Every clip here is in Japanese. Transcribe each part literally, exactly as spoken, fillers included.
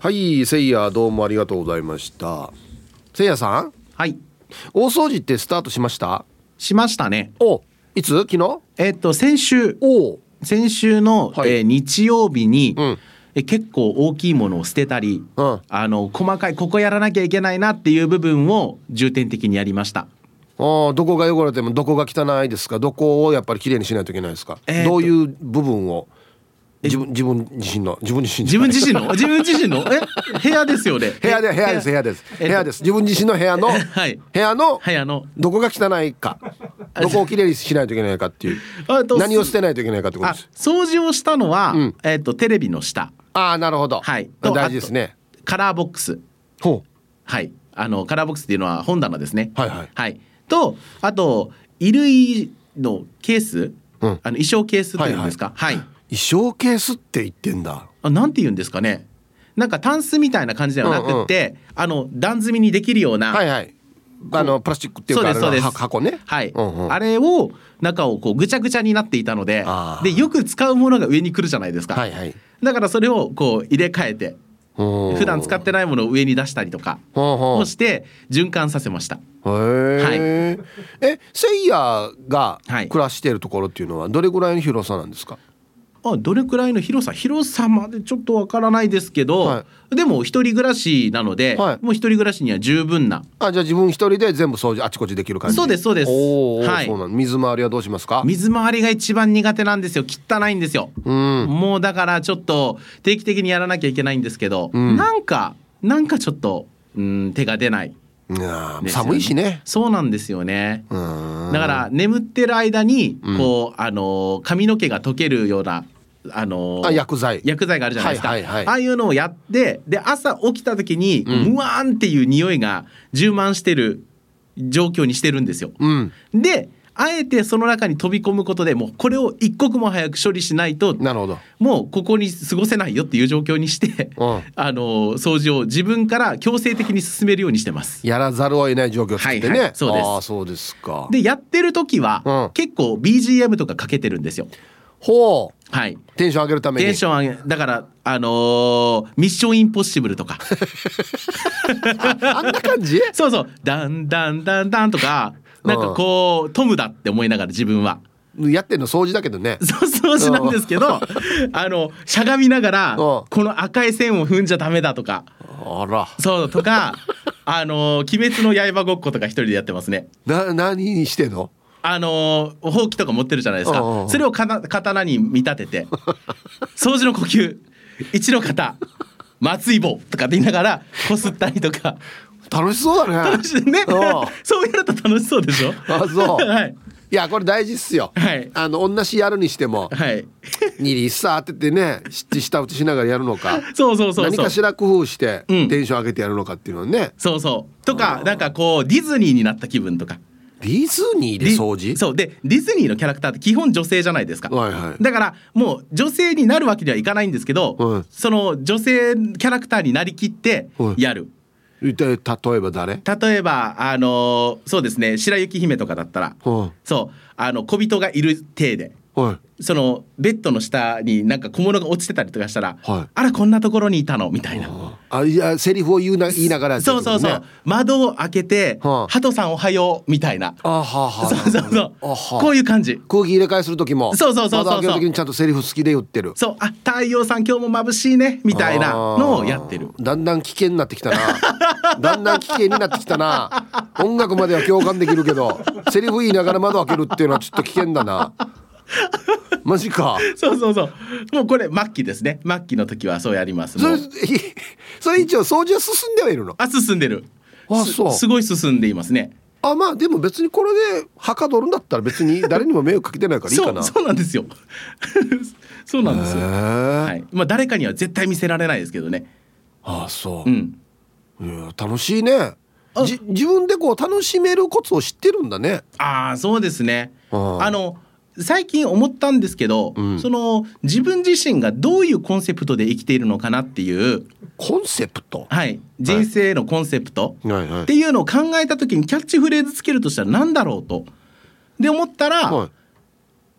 はい、せいやどうもありがとうございました。せいやさん、 はい、 大掃除ってスタートしました？ しましたね。 お、いつ？昨日？ えっと先週お先週の、 はいえー日曜日に、 うんえ結構大きいものを捨てたり、 うん、 あの細かいここやらなきゃいけないなっていう部分を重点的にやりました。 あ、どこが汚れてもどこが汚いですか？どこをやっぱりきれいにしないといけないですか？ えーとどういう部分を自分自分自身の自分自身自分自身の自分自身のえ部屋ですよね。 部屋で部屋です部屋です部屋です。自分自身の部屋のはい部屋の部屋のどこが汚いか、どこをきれいにしないといけないかっていう、 あと何を捨てないといけないかってことあです。 掃除をしたのは、 うんえっとテレビの下、 ああ、なるほど、 はい、 大事ですね。 あとカラーボックス、 ほはいあのカラーボックスっていうのは本棚ですね。 う、はいはい、 はい、とあと衣類のケース、 うん、 あの衣装ケースっていうんですか、はい、はい、 衣装ケースって言ってんだ。 あ、なんて言うんですかね、なんかタンスみたいな感じではなくって、うんうん、あの段積みにできるような、 はいはい、あのプラスチックっていうか、 そうですそうです、 箱ね、 はい、 うんうん、 あれを中をこうぐちゃぐちゃになっていたので、でよく使うものが上に来るじゃないですか、 はいはい、 だからそれをこう入れ替えて普段使ってないものを上に出したりとかをして循環させました。 へー、はい、え、せいやが暮らしているところっていうのはどれぐらいの広さなんですか？ あ、どれくらいの広さ広さまでちょっとわからないですけど、はい、でも一人暮らしなので、はい、もう一人暮らしには十分な。 あ、じゃあ自分一人で全部掃除あちこちできる感じ？そうですそうです。 おー、はい、そうなん。水回りはどうしますか？ 水回りが一番苦手なんですよ。汚いんですよ、うん、もうだからちょっと定期的にやらなきゃいけないんですけど、うん、なんかなんかちょっと、うん、手が出ない。 いや、寒いしね。 そうなんですよね。だから眠ってる間にこう、うん、あの髪の毛が溶けるようなあのー、 あ、薬剤薬剤があるじゃないですか、 はいはいはい、 ああいうのをやってで朝起きた時に、うん、ムワーンっていう匂いが充満してる状況にしてるんですよ、うん、であえてその中に飛び込むことでもうこれを一刻も早く処理しないと、 なるほど、 もうここに過ごせないよっていう状況にして、うん、あの掃除を自分から強制的に進めるようにしてます。 やらざるを得ない状況を作ってね、はいはい、 そうです。 あ、そうですか。 でやってる時は、うん、結構 ビージーエム とかかけてるんですよ。 ほう、 はい、 テンション上げるために。 テンション上げだからあのー、ミッションインポッシブルとかあ, あんな感じそうそう、ダンダンダンダンとかなんかこう、うん、トムだって思いながら自分はやってんの掃除だけどね。 そう掃除なんですけどあのしゃがみながらこの赤い線を踏んじゃダメだとか、 あらそうとかあのー、鬼滅の刃ごっことか一人でやってますね。 な何にしてんの？ あのー、ほうきとか持ってるじゃないですか、うんうん、それをかな刀に見立てて掃除の呼吸一の型松井棒とかって言いながらこすったりとか。 楽しそうだね。 楽しいねそうやると楽しそうでしょ。 あ、そう、 はい、 いやこれ大事っすよ、はい、あの同じやるにしても、はい、にリッサー当ててね下打ちしながらやるのかそうそうそうそう、 何かしら工夫してテンション上げてやるのかっていうのはね、うん、そうそうとかなんかこうディズニーになった気分とか。 ディズニーで掃除？ そうでディズニーのキャラクターって基本女性じゃないですか、はいはい、だからもう女性になるわけにはいかないんですけど、はい、その女性キャラクターになりきってやる、 はい、例えば誰？ 例えばあのそうですね、白雪姫とかだったら、はい、そうあの小人がいる体で、はい、そのベッドの下になんか小物が落ちてたりとかしたら、はい、あらこんなところにいたのみたいな、 あ、いやセリフを言うな言いながら、ね、 そうそうそう、窓を開けて、はあ、ハトさんおはようみたいな、あ、はあはあ、そうそうそう、あ、はあ、こういう感じ。 空気入れ替えする時もそうそうそうそうそう、 窓開ける時にちゃんとセリフ好きで言ってる。 そう、あ、太陽さん今日も眩しいねみたいなのをやってる。 だんだん危険になってきたなだんだん危険になってきたな。音楽までは共感できるけどセリフ言いながら窓開けるっていうのはちょっと危険だなマジか。 そうそうそう、もうこれ末期ですね。末期の時はそうやります。 それ、それ一応掃除は進んではいるの？ あ、進んでる。あ、そう、す、すごい進んでいますね。 あ、まあでも別にこれではかどるんだったら別に誰にも迷惑かけてないからいいかな。 そう、そうなんですよそうなんですよ、はい、まあ誰かには絶対見せられないですけどね。 あ、そう、うん、いや楽しいね。じ自分でこう楽しめるコツを知ってるんだね。 ああ、そうですね。ああの最近思ったんですけど、うん、その自分自身がどういうコンセプトで生きているのかなっていうコンセプト、 はい、人生のコンセプトっていうのを考えた時にキャッチフレーズつけるとしたら何だろうとで思ったら、はい、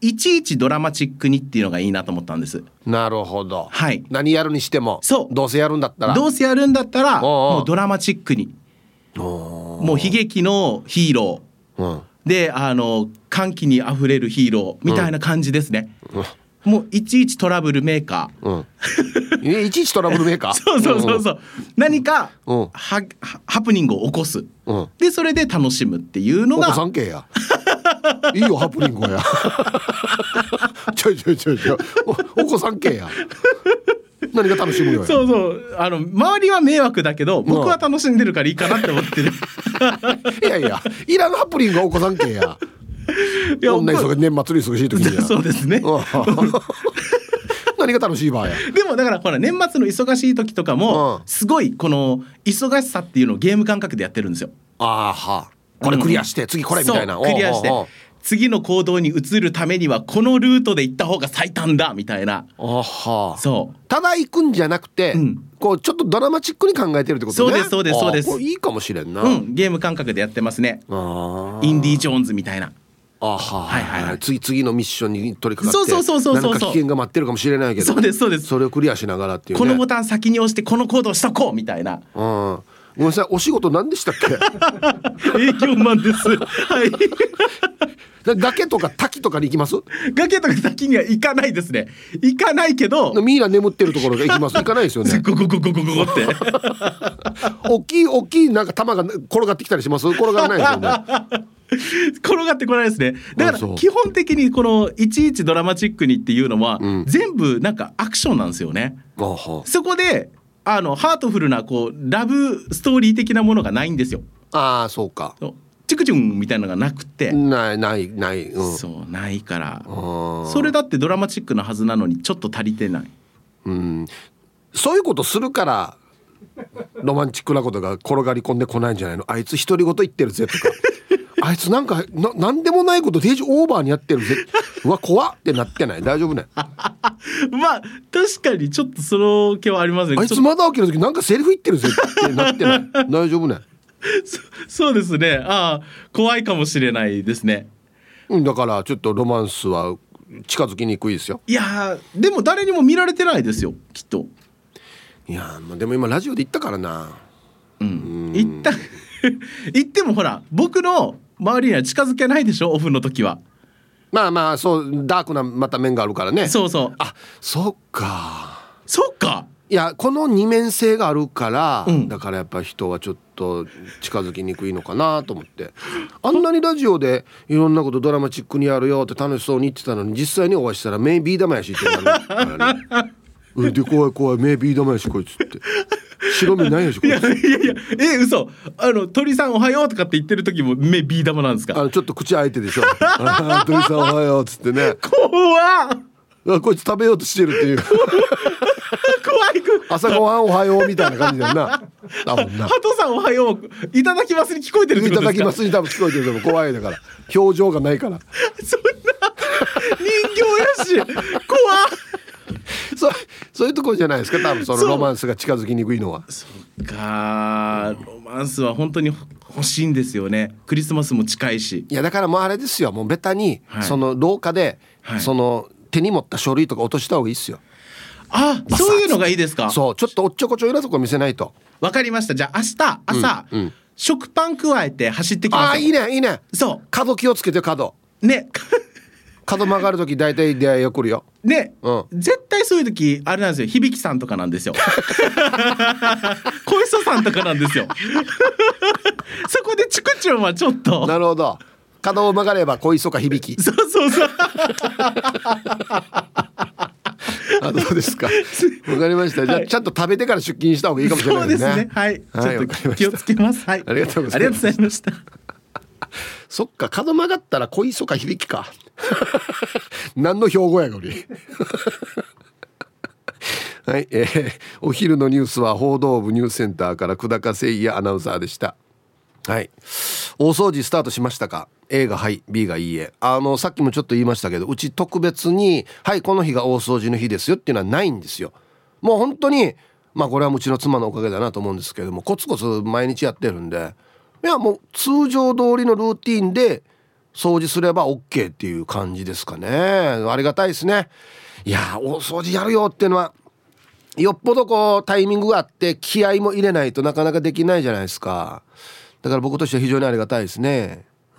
いちいちドラマチックにっていうのがいいなと思ったんです。 なるほど、 はい、 何やるにしてもそうどうせやるんだったらどうせやるんだったらおうおうもうドラマチックに、 おもう悲劇のヒーロー、 うんであの歓喜にあふれるヒーローみたいな感じですね、うん、もういちいちトラブルメーカー、 うんえいちいちトラブルメーカーそうそうそうそう、うん、何か、 うん、 はハプニングを起こす、 うん、 でそれで楽しむっていうのがお子さん系やいいよハプニングやちょいちょいちょいちょい お, お子さん系や何が楽しむよや。 そうそうあの周りは迷惑だけど僕は楽しんでるからいいかなって思ってるいやいやいらぬハプニングはお子さん系やいやこんな忙しい年末に忙しい時にやそうですね何が楽しい場合や。 でもだからほら年末の忙しい時とかも、うん、すごいこの忙しさっていうのをゲーム感覚でやってるんですよ。 あーはこれクリアして、うん、次これみたいなクリアして次の行動に移るためにはこのルートで行った方が最短だみたいな。 あはそうただ行くんじゃなくて、うん、こうちょっとドラマチックに考えてるってことね。 そうですそうですそうです。 これいいかもしれんな、 うん、ゲーム感覚でやってますね。 あインディ・ジョーンズみたいな。 あははいはいはい、次次のミッションに取り掛かってそうそうそうそうそう何か危険が待ってるかもしれないけどそうですそうです。 それをクリアしながらっていうね。 このボタン先に押してこのコードをしとこうみたいな。 うんごめんなさいお仕事何でしたっけ営業マンですはい崖とか滝とかに行きます？ 崖とか滝には行かないですね。行かないけどミイラ眠ってるところが行きます？行かないですよね。 ゴゴゴゴゴゴって大きい大きいなんか玉が転がってきたりします？転がらないですよね転がってこないですね。だから基本的にこのいちいちドラマチックにっていうのは、うん、全部なんかアクションなんですよね。そこであのハートフルなこうラブストーリー的なものがないんですよ。 ああそうか。 チクチュンみたいなのがなくてないないない、うん、 そうないからそれだってドラマチックなはずなのにちょっと足りてない、 うん、そういうことするからロマンチックなことが転がり込んでこないんじゃないの。あいつ独り言言ってるぜとかあいつなんかななんでもないことデージオーバーにやってるぜうわ怖ってなってない？大丈夫ねまあ確かにちょっとその気はありますね。 あいつまだ起きる時なんかセリフ言ってるぜってなってない？大丈夫ねそ, そうですね。ああ怖いかもしれないですね。 だからちょっとロマンスは近づきにくいですよ。 いやでも誰にも見られてないですよきっと。 いやでも今ラジオで言ったからな。 うん、うん言った言ってもほら僕の周りには近づけないでしょオフの時は。 まあまあそうダークなまた面があるからね。 そうそうあそっかそっか。 いやこの二面性があるから、 うん、 だからやっぱ人はちょっと近づきにくいのかなと思ってあんなにラジオでいろんなことドラマチックにやるよって楽しそうに言ってたのに実際にお会いしたら目ビー玉やしってなるからねうんで怖い怖い目ビー玉やしこいつって白目ないやしこいつ。いやいやいやえ嘘あの鳥さんおはようとかって言ってる時も目ビー玉なんですか？ あのちょっと口開いてでしょあ鳥さんおはようっつってね怖っあこいつ食べようとしてるっていう怖い朝ごはんおはようみたいな感じだよな。多分なハトさんおはよういただきますに聞こえてるってことですか？ いただきますに多分聞こえてるでも怖いだから表情がないからそんな人形やし怖っそ, そういうところじゃないですか多分そのロマンスが近づきにくいのは。 そっかロマンスは本当に欲しいんですよね。クリスマスも近いし。 いやだからもうあれですよもうベタに、はい、その廊下で、はい、その手に持った書類とか落とした方がいいですよ。 あそういうのがいいですか？ そうちょっとおっちょこちょいなとこ見せないと。 わかりました。じゃあ明日朝、うんうん、食パン加えて走ってきますよ。 あいいねいいね。 そう角気をつけて角ね角曲がるとき大体出会いが来るよね、 うん、 絶対そういう時あれなんですよ響さんとかなんですよ小磯さんとかなんですよそこでチクチュンはちょっとなるほど角を曲がれば小磯か響そうそうそうあどうですかわかりました。じゃあ、はい、ちゃんと食べてから出勤した方がいいかもしれないですね。 そうですねはい、はい、ちょっと気をつけますはいありがとうございましたそっか角曲がったら小磯か響か何の標語やのにはい、えー、お昼のニュースは報道部ニュースセンターから久高誠也アナウンサーでした。はい大掃除スタートしましたか？ A がはい B がいいえ。あのさっきもちょっと言いましたけどうち特別にはいこの日が大掃除の日ですよっていうのはないんですよ。もう本当にまあこれはうちの妻のおかげだなと思うんですけれどもコツコツ毎日やってるんでいやもう通常通りのルーティンで掃除すれば OK っていう感じですかね。ありがたいですね。いや大掃除やるよっていうのはよっぽどこうタイミングがあって気合も入れないとなかなかできないじゃないですか。だから僕としては非常にありがたいですね。うん、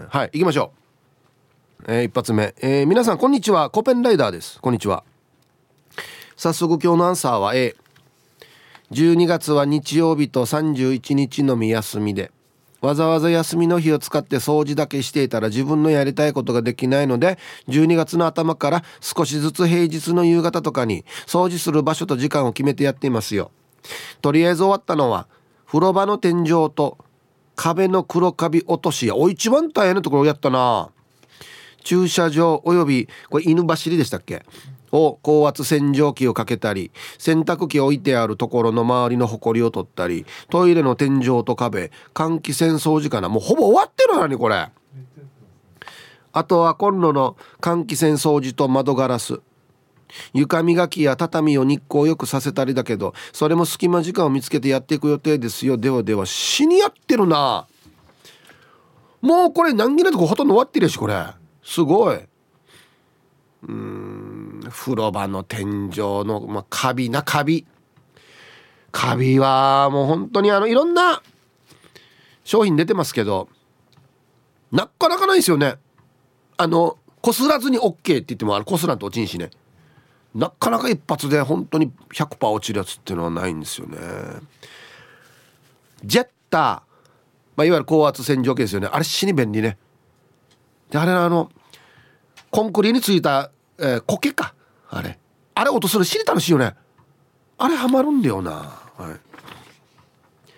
はい、行きましょう。えー、一発目、えー、皆さんこんにちは、コペンライダーです。こんにちは。早速今日のアンサーは A。 じゅうにがつは日曜日とさんじゅういちにちのみ休みで、わざわざ休みの日を使って掃除だけしていたら自分のやりたいことができないので、じゅうにがつの頭から少しずつ平日の夕方とかに掃除する場所と時間を決めてやっていますよ。とりあえず終わったのは風呂場の天井と壁の黒カビ落としや、お一番大変なところをやったな。駐車場およびこれ犬走りでしたっけを高圧洗浄機をかけたり、洗濯機を置いてあるところの周りのホコリを取ったり、トイレの天井と壁換気扇掃除かな。もうほぼ終わってるのにこれ。あとはコンロの換気扇掃除と窓ガラス、床磨きや畳を日光よくさせたりだけど、それも隙間時間を見つけてやっていく予定ですよ。ではでは。死にやってるな。もうこれ何気ないとこほとんど終わってるし、これすごい。うーん、風呂場の天井の、まあ、カビなカビカビはもう本当にあのいろんな商品出てますけど、なかなかないですよね。あのこすらずに OK って言ってもあのこすらんと落ちんしね、なかなか一発で本当に ひゃくパーセント 落ちるやつっていうのはないんですよね。ジェッター、まあ、いわゆる高圧洗浄機ですよね。あれ死に便利ね。であれあのコンクリについた、えー、苔か、あれあれ落とすの死に楽しいよね。あれハマるんだよな、はい、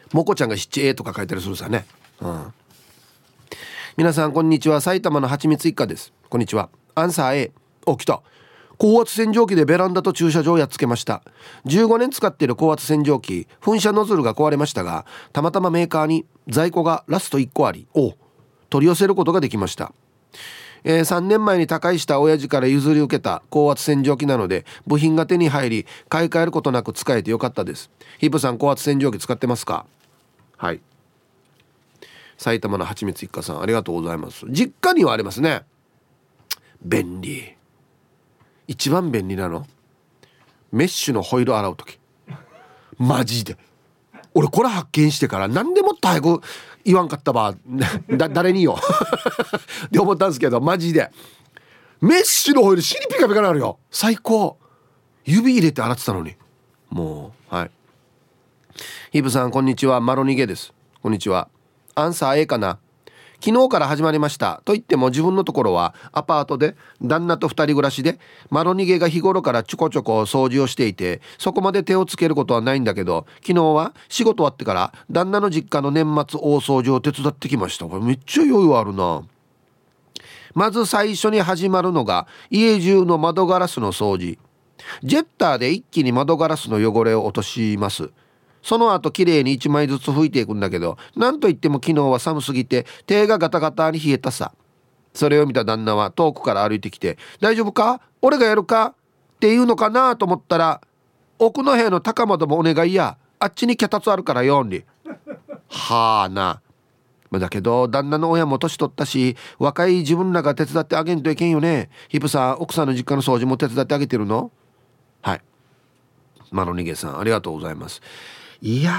もこちゃんが七 A とか書いたりするさね、うん、皆さんこんにちは、埼玉のはちみつ一家です。こんにちは。アンサー A。 お、来た。高圧洗浄機でベランダと駐車場をやっつけました。じゅうごねん使っている高圧洗浄機、噴射ノズルが壊れましたが、たまたまメーカーに在庫がラストいっこあり、お取り寄せることができました。えー、さんねんまえに他界した親父から譲り受けた高圧洗浄機なので、部品が手に入り買い替えることなく使えてよかったです。ヒブさん高圧洗浄機使ってますか？はい、埼玉のはちみつ一家さん、ありがとうございます。実家にはありますね。便利。一番便利なのメッシュのホイール洗うとき、マジで俺これ発見してから何でもっと早く言わんかったばだ誰によって思ったんですけど、マジでメッシュのホイール尻ピカピカなるよ。最高。指入れて洗ってたのに。もうはい。ヒブさんこんにちは、マロニゲです。こんにちは。アンサー A かな。昨日から始まりました。と言っても自分のところはアパートで旦那と二人暮らしで、マロニゲが日頃からちょこちょこ掃除をしていて、そこまで手をつけることはないんだけど、昨日は仕事終わってから旦那の実家の年末大掃除を手伝ってきました。これめっちゃ余裕あるな。まず最初に始まるのが家中の窓ガラスの掃除。ジェッターで一気に窓ガラスの汚れを落とします。その後きれいにいちまいずつ拭いていくんだけど、なんといっても昨日は寒すぎて手がガタガタに冷えたさ。それを見た旦那は遠くから歩いてきて、大丈夫か、俺がやるかっていうのかなと思ったら、奥の部屋の高窓もお願いや、あっちに脚立あるからよんに。はあな。だけど旦那の親も年取ったし、若い自分らが手伝ってあげんといけんよね。ヒプさん、奥さんの実家の掃除も手伝ってあげてるの？はい、マロニゲさんありがとうございます。いや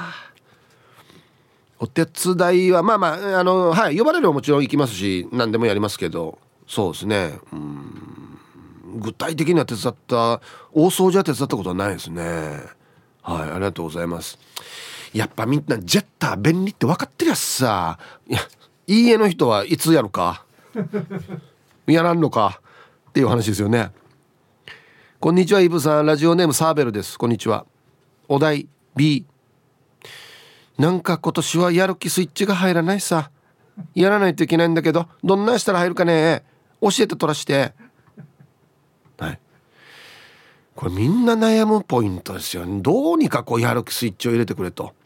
お手伝いはまあまあ、あのはい、呼ばれるはもちろん行きますし何でもやりますけど、そうですね、うーん、具体的には手伝った大掃除は手伝ったことはないですね。はい、ありがとうございます。やっぱみんなジェッター便利って分かってるやつさ。いや、いい家の人はいつやるかやらんのかっていう話ですよね。こんにちはイブさん、ラジオネームサーベルです。こんにちは。お題 B。 なんか今年はやる気スイッチが入らないさ。やらないといけないんだけど、どんなしたら入るかね、教えて取らして。はい、これみんな悩むポイントですよね。どうにかこうやる気スイッチを入れてくれと。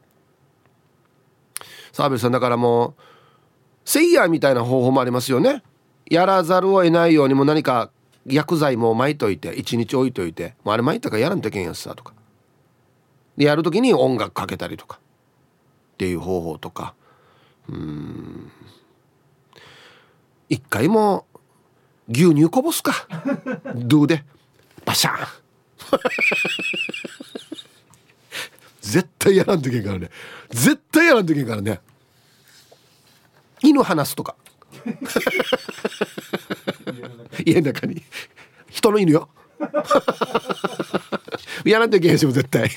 サーベルさん、だからもうセイヤーみたいな方法もありますよね。やらざるを得ないようにも何か薬剤も巻いといていちにち置いといて、もうあれ巻いたからやらんといけんやつさとかで、やるときに音楽かけたりとかっていう方法とか、うーん、 一回も牛乳こぼすかドゥでバシャン絶対やらんといけんからね、絶対やらんといけんからね。犬離すとか家の中に人の犬よやらんといけんしも絶対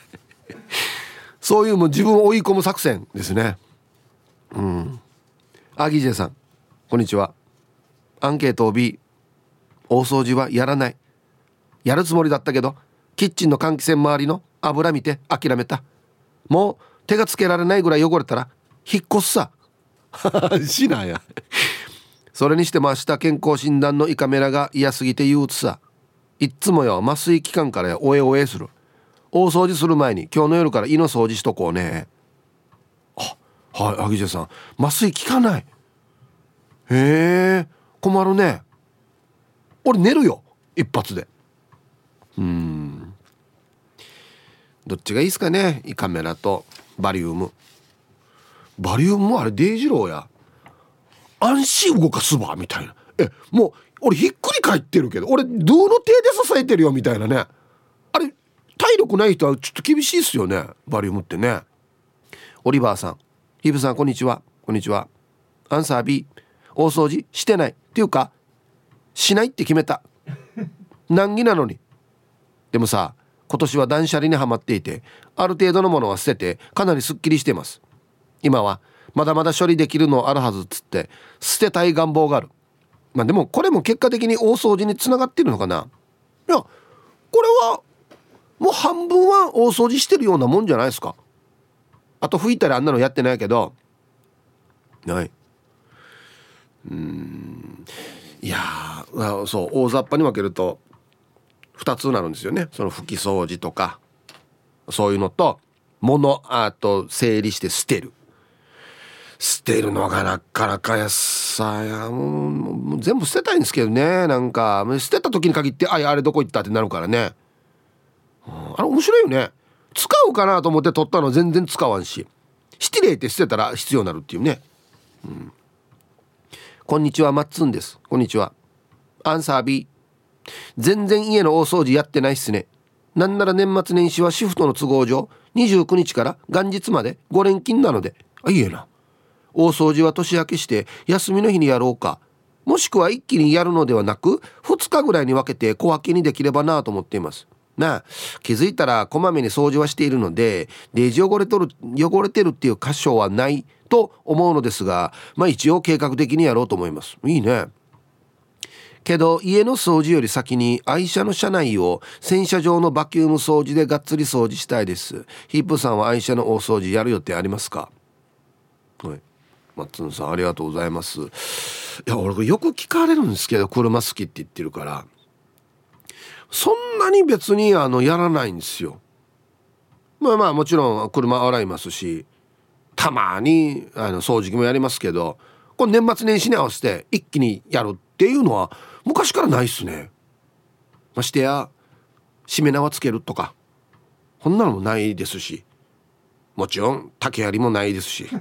そういうもう自分を追い込む作戦ですね。うん。アギジェさんこんにちは。アンケートを B、 大掃除はやらない。やるつもりだったけどキッチンの換気扇周りの油見て諦めた。もう手がつけられないぐらい汚れたら引っ越すさしなやそれにしても明日健康診断の胃カメラが嫌すぎて憂鬱さ。いっつもよ麻酔機関からやおえおえする。大掃除する前に今日の夜から胃の掃除しとこうね。あ、はい、アギジェさん麻酔効かない。へえ困るね。俺寝るよ一発で。うーんどっちがいいですかね、胃カメラとバリウム。バリウムもあれデイジローや安心動かすばみたいな。えもう俺ひっくり返ってるけど俺どの手で支えてるよみたいなね。あれ体力ない人はちょっと厳しいっすよねバリウムってね。オリバーさんヒブさんこんにちは。こんにちは。アンサー B、 大掃除してないっていうかしないって決めた難儀なのに。でもさ今年は断捨離にはまっていてある程度のものは捨ててかなりすっきりしています。今はまだまだ処理できるのあるはずっつって捨てたい願望がある。まあでもこれも結果的に大掃除につながってるのかな。いやこれはもう半分は大掃除してるようなもんじゃないですか。あと拭いたりあんなのやってないけどない。うーんいやーそう大雑把に分けるとふたつになるんですよね。その拭き掃除とかそういうのと物あと整理して捨てる。捨てるのがなかなかやさやもう、もう全部捨てたいんですけどね。なんか捨てた時に限ってああれどこ行ったってなるからね。あれ面白いよね。使うかなと思って取ったの全然使わんし失礼って捨てたら必要になるっていうね。うん、こんにちはマッツンです。こんにちは。アンサー B、 全然家の大掃除やってないっすね。なんなら年末年始はシフトの都合上にじゅうくにちから元日までご連勤なのであいいえな。大掃除は年明けして休みの日にやろうかもしくは一気にやるのではなくふつかぐらいに分けて小分けにできればなと思っていますなあ。気づいたらこまめに掃除はしているのでレジ汚れとる汚れてるっていう箇所はないと思うのですが、まあ一応計画的にやろうと思います。いいね。けど家の掃除より先に愛車の車内を洗車場のバキューム掃除でがっつり掃除したいです。ヒップさんは愛車の大掃除やる予定ありますか。はい、マッツンさんありがとうございます。いや俺よく聞かれるんですけど車好きって言ってるからそんなに別にあのやらないんですよ。まあまあもちろん車洗いますしたまにあの掃除機もやりますけどこれ年末年始に合わせて一気にやるっていうのは昔からないっすね。ましてやしめ縄つけるとかこんなのもないですしもちろん竹槍もないですし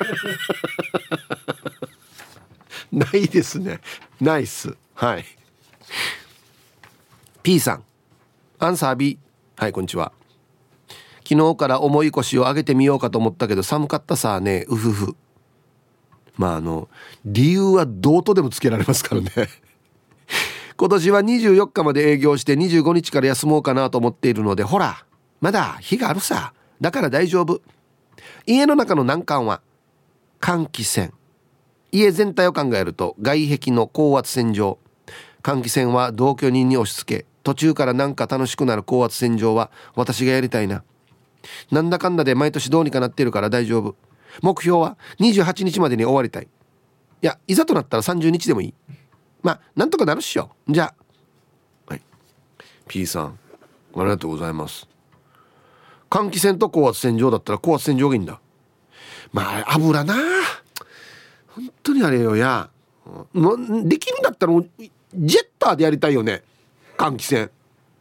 ないですね。ナイス。はい P さんアンサー B、 はいこんにちは。昨日から重い腰を上げてみようかと思ったけど寒かったさねうふふ。まああの理由はどうとでもつけられますからね今年はにじゅうよっかまで営業してにじゅうごにちから休もうかなと思っているのでほらまだ日があるさ。だから大丈夫。家の中の難関は換気扇。家全体を考えると外壁の高圧洗浄。換気扇は同居人に押し付け途中からなんか楽しくなる高圧洗浄は私がやりたいな。なんだかんだで毎年どうにかなってるから大丈夫。目標はにじゅうはちにちまでに終わりたい。いやいざとなったらさんじゅうにちでもいい。まあなんとかなるっしょ。じゃあ、はい、P さんありがとうございます。換気扇と高圧洗浄だったら高圧洗浄がいいんだ。まあ油な本当にあれよやもうできるんだったらもうジェッターでやりたいよね換気扇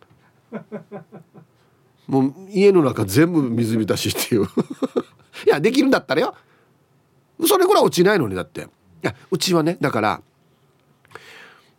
もう家の中全部水浸しっていういやできるんだったらよそれぐらい落ちないのにだって。いやうちはねだから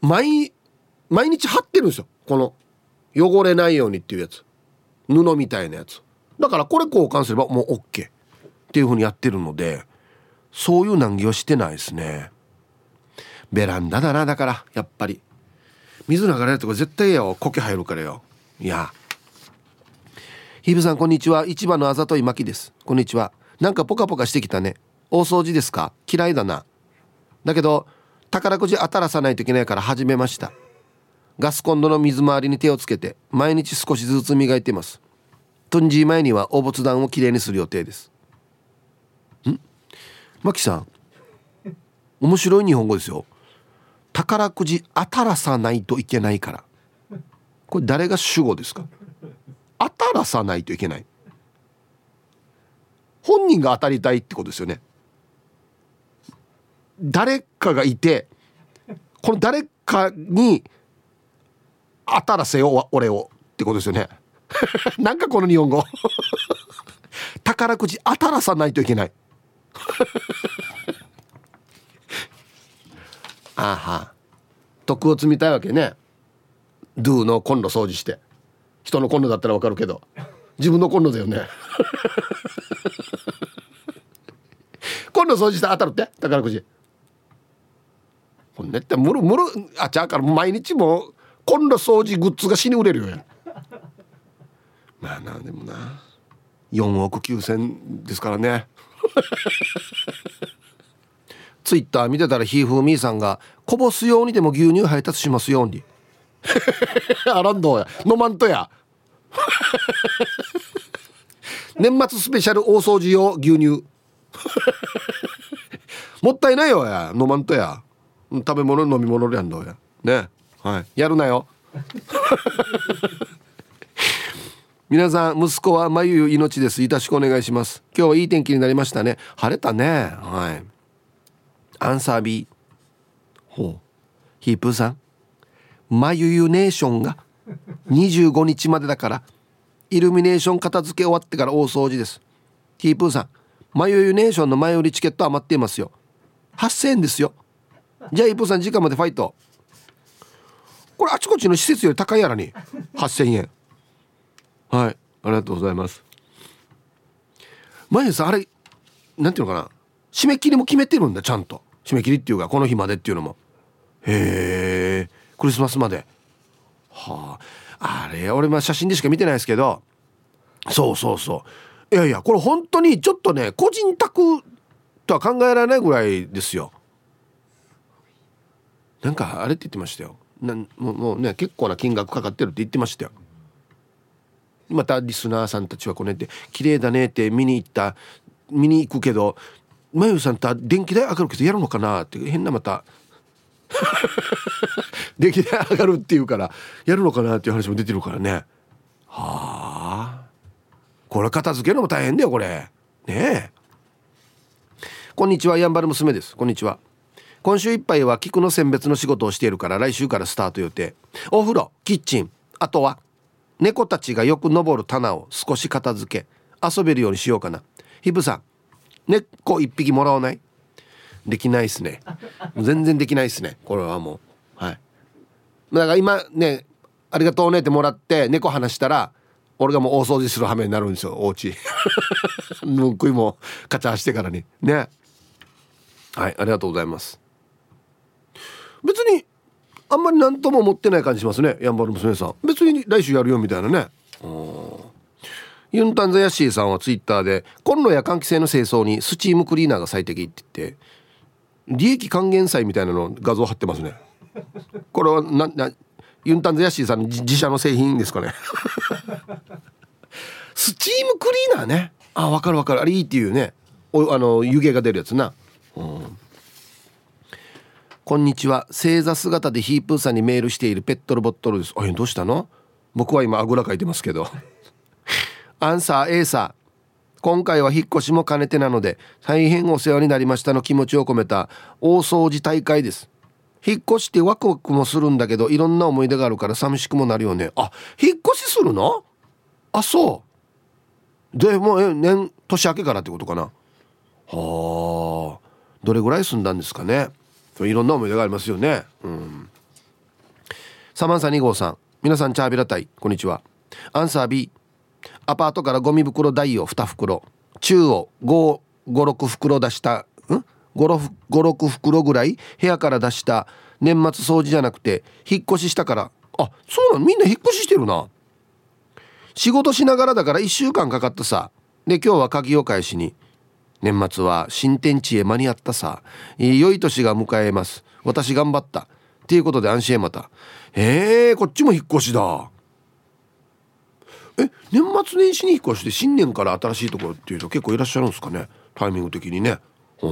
毎毎日貼ってるんですよ、この汚れないようにっていうやつ、布みたいなやつだから、これ交換すればもう OK っていう風にやってるので、そういう難儀はしてないですね。ベランダだな、だからやっぱり水流れるとか絶対よ、苔入るからよ。いや、ヒブさんこんにちは、市場のあざといまきです。こんにちは。なんかポカポカしてきたね。大掃除ですか？嫌いだな。だけど宝くじ当たらさないといけないから始めました。ガスコンロの水回りに手をつけて毎日少しずつ磨いています。トンジー前にはお仏壇をきれいにする予定です。んマキさん、面白い日本語ですよ。宝くじ当たらさないといけないから、これ誰が主語ですか？当たらさないといけない、本人が当たりたいってことですよね。誰かがいて、この誰かに当たらせよ俺をってことですよね。なんかこの日本語宝くじ当たらさないといけないあは、徳を積みたいわけね。ドゥのコンロ掃除して、人のコンロだったらわかるけど自分のコンロだよね。コンロ掃除して当たるって宝くじ、ほんねってむるむるあちゃうから、毎日もうコンロ掃除グッズが死に売れるよや。まあな、でもなよんおくきゅうせんですからね。ツイッター見てたら、ひーふーみーさんがこぼすようにでも牛乳配達しますように。あらんどうや、飲まんとや。年末スペシャル大掃除用牛乳。もったいないよや、飲まんとや。食べ物飲み物やんどうやね。はい、やるなよ。皆さん、息子はまゆゆ命です。よろしくお願いします。今日はいい天気になりましたね。晴れたね。はい。アンサー B。 ほう、ヒープーさん、まゆゆネーションがにじゅうごにちまでだから、イルミネーション片付け終わってから大掃除です。ヒープーさん、まゆゆネーションの前売りチケット余っていますよ。はっせんえんですよ。じゃあヒープーさん、時間までファイト。これあちこちの施設より高いやらにはっせんえん。はい、ありがとうございます。前さん、あれなんていうのかな、締め切りも決めてるんだ、ちゃんと。締め切りっていうか、この日までっていうのも。へえ、クリスマスまで。はあ、あれ俺まあ写真でしか見てないですけど、そうそうそう、いやいや、これ本当にちょっとね、個人宅とは考えられないぐらいですよ。なんかあれって言ってましたよ。なんもう、もうね、結構な金額かかってるって言ってましたよ。またリスナーさんたちはこねて綺麗だねって見に行った見に行くけど、まゆさんと電気代上がるけどやるのかなって変な、また電気代上がるっていうからやるのかなっていう話も出てるからね。はあ、これ片付けるのも大変だよこれね。え、こんにちは、やんばる娘です。こんにちは。今週いっぱいは菊の選別の仕事をしているから、来週からスタート予定。お風呂、キッチン、あとは猫たちがよく登る棚を少し片付け遊べるようにしようかな。ヒブさん、猫一匹もらわない？できないっすね。全然できないっすね、これはもう。はい、だから今ね、ありがとうねってもらって猫離したら、俺がもう大掃除する羽目になるんですよ、お家。ぬっくいもカチャしてからにね。はい、ありがとうございます。別にあんまり何とも思ってない感じしますね、やんばる娘さん。別に来週やるよみたいなね。ユンタンザヤッシーさんはツイッターで、コンロや換気扇の清掃にスチームクリーナーが最適って言って、利益還元祭みたいなの画像貼ってますね。これはななユンタンザヤッシーさんの自社の製品ですかね。スチームクリーナーね。あ、分かる分かる、あれいいっていうね。おあの湯気が出るやつな。うん、こんにちは、正座姿でヒープーさんにメールしているペットロボットルです。あ、どうしたの？僕は今あぐらかいてますけど。アンサー A さん、今回は引っ越しも兼ねてなので大変お世話になりましたの気持ちを込めた大掃除大会です。引っ越してワクワクもするんだけど、いろんな思い出があるから寂しくもなるよね。あ、引っ越しするの？あ、そうで、もうえ年年明けからってことかな。はあ、どれぐらい住んだんですかね。いろんな思い出がありますよね。うん、 サマンサに号さん、皆さんチャービラタイ、こんにちは。アンサー B、 アパートからゴミ袋大をに袋、中をご、ご、ろく袋出したんご、ろく袋ぐらい部屋から出した年末掃除じゃなくて引っ越ししたから。あ、そうなの、みんな引っ越ししてるな。仕事しながらだからいっしゅうかんかかったさ。で今日は鍵を返しに。年末は新天地へ間に合ったさ。良い年が迎えます。私頑張ったっていうことで安心へまた。えー、こっちも引っ越しだ。え、年末年始に引っ越して新年から新しいところっていうと結構いらっしゃるんですかね、タイミング的にね。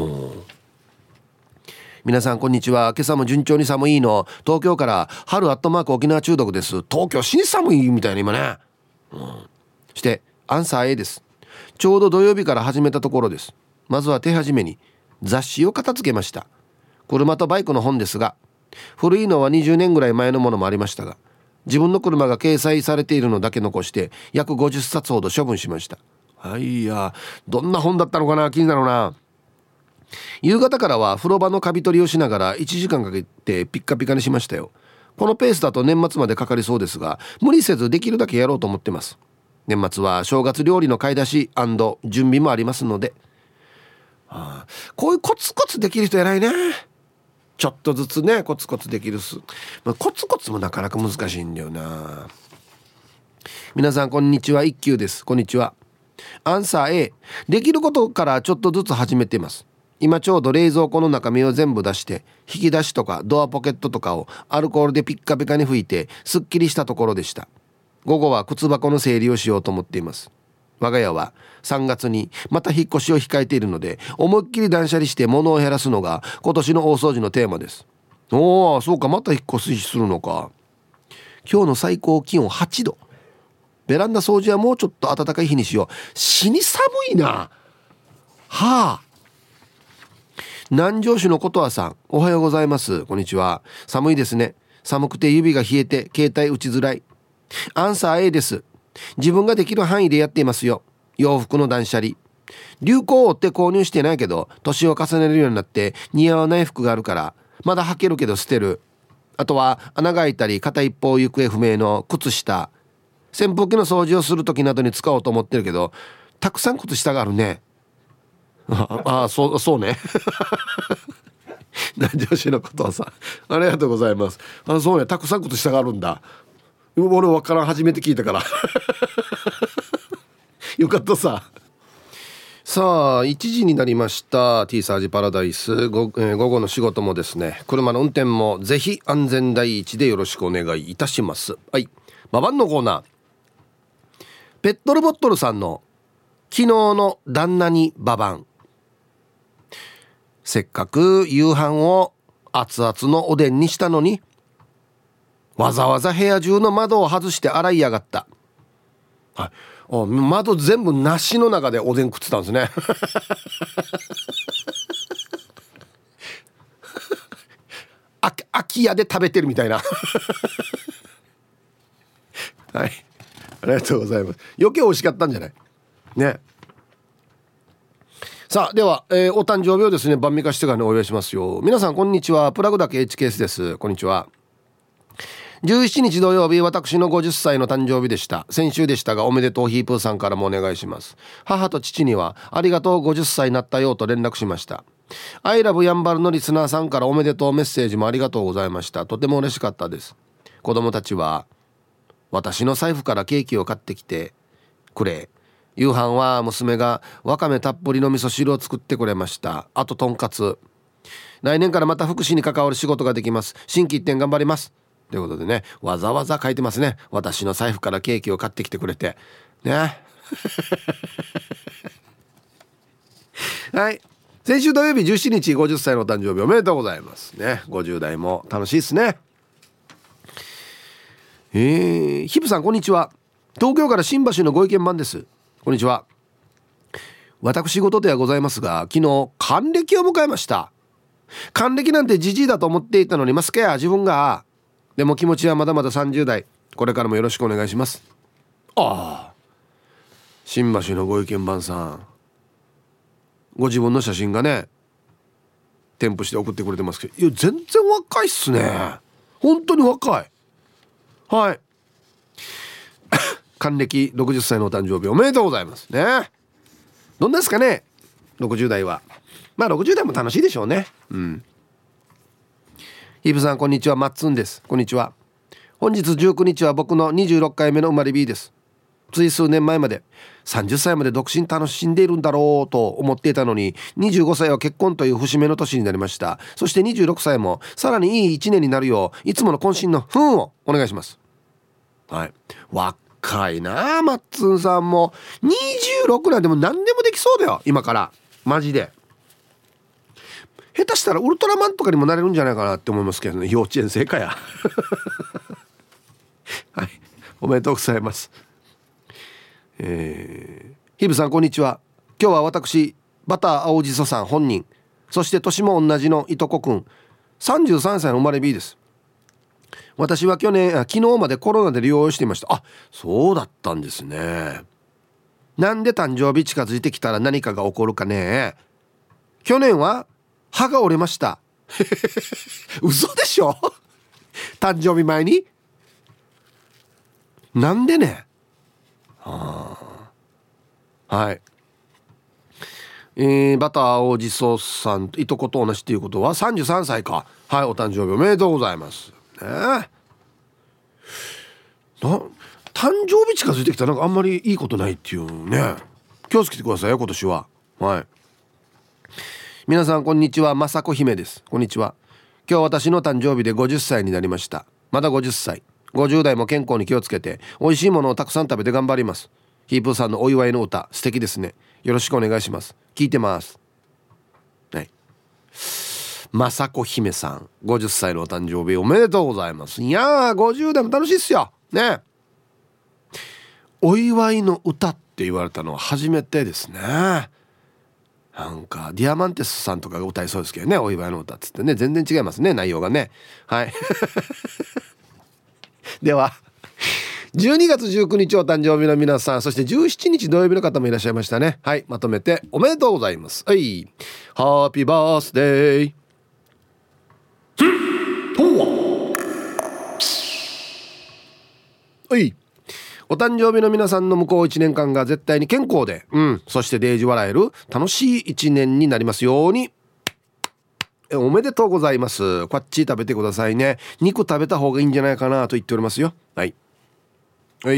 皆さんこんにちは。今朝も順調に寒いの東京から春アットマーク沖縄中毒です。東京死に寒いみたいな今ね、うん、そしてアンサー A です。ちょうど土曜日から始めたところです。まずは手始めに雑誌を片付けました。車とバイクの本ですが、古いのはにじゅうねんぐらい前のものもありましたが、自分の車が掲載されているのだけ残して約ごじゅっさつほど処分しました。はいや、どんな本だったのかな、気になるな。夕方からは風呂場のカビ取りをしながらいちじかんかけてピッカピカにしましたよ。このペースだと年末までかかりそうですが、無理せずできるだけやろうと思ってます。年末は正月料理の買い出し&準備もありますので、はあ、こういうコツコツできる人偉いね。ちょっとずつね、コツコツできるす、まあ、コツコツもなかなか難しいんだよな。皆さんこんにちは、一休です。こんにちは。アンサー A、 できることからちょっとずつ始めています。今ちょうど冷蔵庫の中身を全部出して引き出しとかドアポケットとかをアルコールでピッカピカに拭いてすっきりしたところでした。午後は靴箱の整理をしようと思っています。我が家はさんがつにまた引っ越しを控えているので、思いっきり断捨離して物を減らすのが今年の大掃除のテーマです。おー、そうか、また引っ越しするのか。今日の最高気温はちど。ベランダ掃除はもうちょっと暖かい日にしよう。死に寒いな。はあ。南城市のことわさん、おはようございます。こんにちは。寒いですね。寒くて指が冷えて携帯打ちづらい。アンサー A です。自分ができる範囲でやっていますよ。洋服の断捨離。流行を追って購入してないけど年を重ねるようになって似合わない服があるからまだ履けるけど捨てる。あとは穴が開いたり片一方行方不明の靴下。扇風機の掃除をする時などに使おうと思ってるけどたくさん靴下があるね。ああ、そうそうね。南城市のことはさ、ありがとうございます。あ、そうね、たくさん靴下があるんだ。俺分からん、初めて聞いたからよかったさ。さあいちじになりました。 T サージパラダイス 午,、えー、午後の仕事もですね、車の運転もぜひ安全第一でよろしくお願いいたします。はい、ババンのコーナー。ペットルボットルさんの昨日の旦那にババン。せっかく夕飯を熱々のおでんにしたのにわざわざ部屋中の窓を外して洗いやがった。はい、窓全部なしの中でおでん食ってたんですねあ空き家で食べてるみたいなはい、ありがとうございます。余計美味しかったんじゃないね。さあでは、えー、お誕生日をですね晩御飯してからにお祝いしますよ。皆さんこんにちは。プラグだけ エイチケーエス です。こんにちは。じゅうしちにち土曜日、私のごじゅっさいの誕生日でした。先週でしたがおめでとうヒープーさんからもお願いします。母と父にはありがとうごじゅっさいになったよと連絡しました。アイラブやんばるのリスナーさんからおめでとうメッセージもありがとうございました。とても嬉しかったです。子供たちは私の財布からケーキを買ってきてくれ、夕飯は娘がわかめたっぷりの味噌汁を作ってくれました。あととんかつ。来年からまた福祉に関わる仕事ができます。心機一転頑張りますということでね、わざわざ書いてますね。私の財布からケーキを買ってきてくれてねはい、先週土曜日じゅうしちにちごじゅっさいの誕生日おめでとうございますね。ごじゅう代も楽しいですね。えー、ヒプさんこんにちは。東京から新橋のご意見番です。こんにちは。私事ではございますが昨日還暦を迎えました。還暦なんてジジイだと思っていたのにますかや自分が。でも気持ちはまだまださんじゅう代。これからもよろしくお願いします。ああ、新橋のご意見番さん、ご自分の写真がね添付して送ってくれてますけど、いや全然若いっすね。本当に若い。 はい還暦ろくじゅっさいのお誕生日おめでとうございますね。どんなですかねろくじゅう代は。まあろくじゅう代も楽しいでしょうね。うん。ヒープさんこんにちは、マッツンです。こんにちは。本日じゅうくにちは僕のにじゅうろっかいめの生まれ日です。つい数年前までさんじゅっさいまで独身楽しんでいるんだろうと思っていたのに、にじゅうごさいは結婚という節目の年になりました。そしてにじゅうろくさいもさらにいいいちねんになるよういつもの渾身のふんをお願いします。はい、若いなあマッツンさんも。にじゅうろくなんでも何でもできそうだよ今からマジで。下手したらウルトラマンとかにもなれるんじゃないかなって思いますけどね。幼稚園生かやはい、おめでとうございます。えー、ヒブさんこんにちは。今日は私バター青じそさん本人、そして年も同じのいとこくんさんじゅうさんさいの生まれ日です。私は去年あ昨日までコロナで療養していました。あ、そうだったんですね。なんで誕生日近づいてきたら何かが起こるかね。去年は歯が折れました嘘でしょ誕生日前に。なんでね。はあ、はい、えー、バター青じそさんいとこと同じっていうことはさんじゅうさんさいか。はい、お誕生日おめでとうございますね。な誕生日近づいてきたらなんかあんまりいいことないっていうね。気をつけてくださいよ今年は。はい、皆さんこんにちは、まさこ姫です。こんにちは。今日私の誕生日でごじゅっさいになりました。まだごじゅっさい、ごじゅう代も健康に気をつけて美味しいものをたくさん食べて頑張ります。ヒープーさんのお祝いの歌素敵ですね。よろしくお願いします。聞いてます。はい、まさこ姫さんごじゅっさいのお誕生日おめでとうございます。いやーごじゅう代も楽しいっすよね。お祝いの歌って言われたのは初めてですね。なんかディアマンテスさんとかが歌いそうですけどね、お祝いの歌っつってね。全然違いますね内容がね。はいではじゅうにがつじゅうくにちお誕生日の皆さん、そしてじゅうしちにち土曜日の方もいらっしゃいましたね。はい、まとめておめでとうございます。はい、ハッピーバースデーはい、お誕生日の皆さんの向こういちねんかんが絶対に健康で、うん、そしてデージ笑える楽しいいちねんになりますように。えおめでとうございます。こっち食べてくださいね。肉食べた方がいいんじゃないかなと言っておりますよ。はいはい、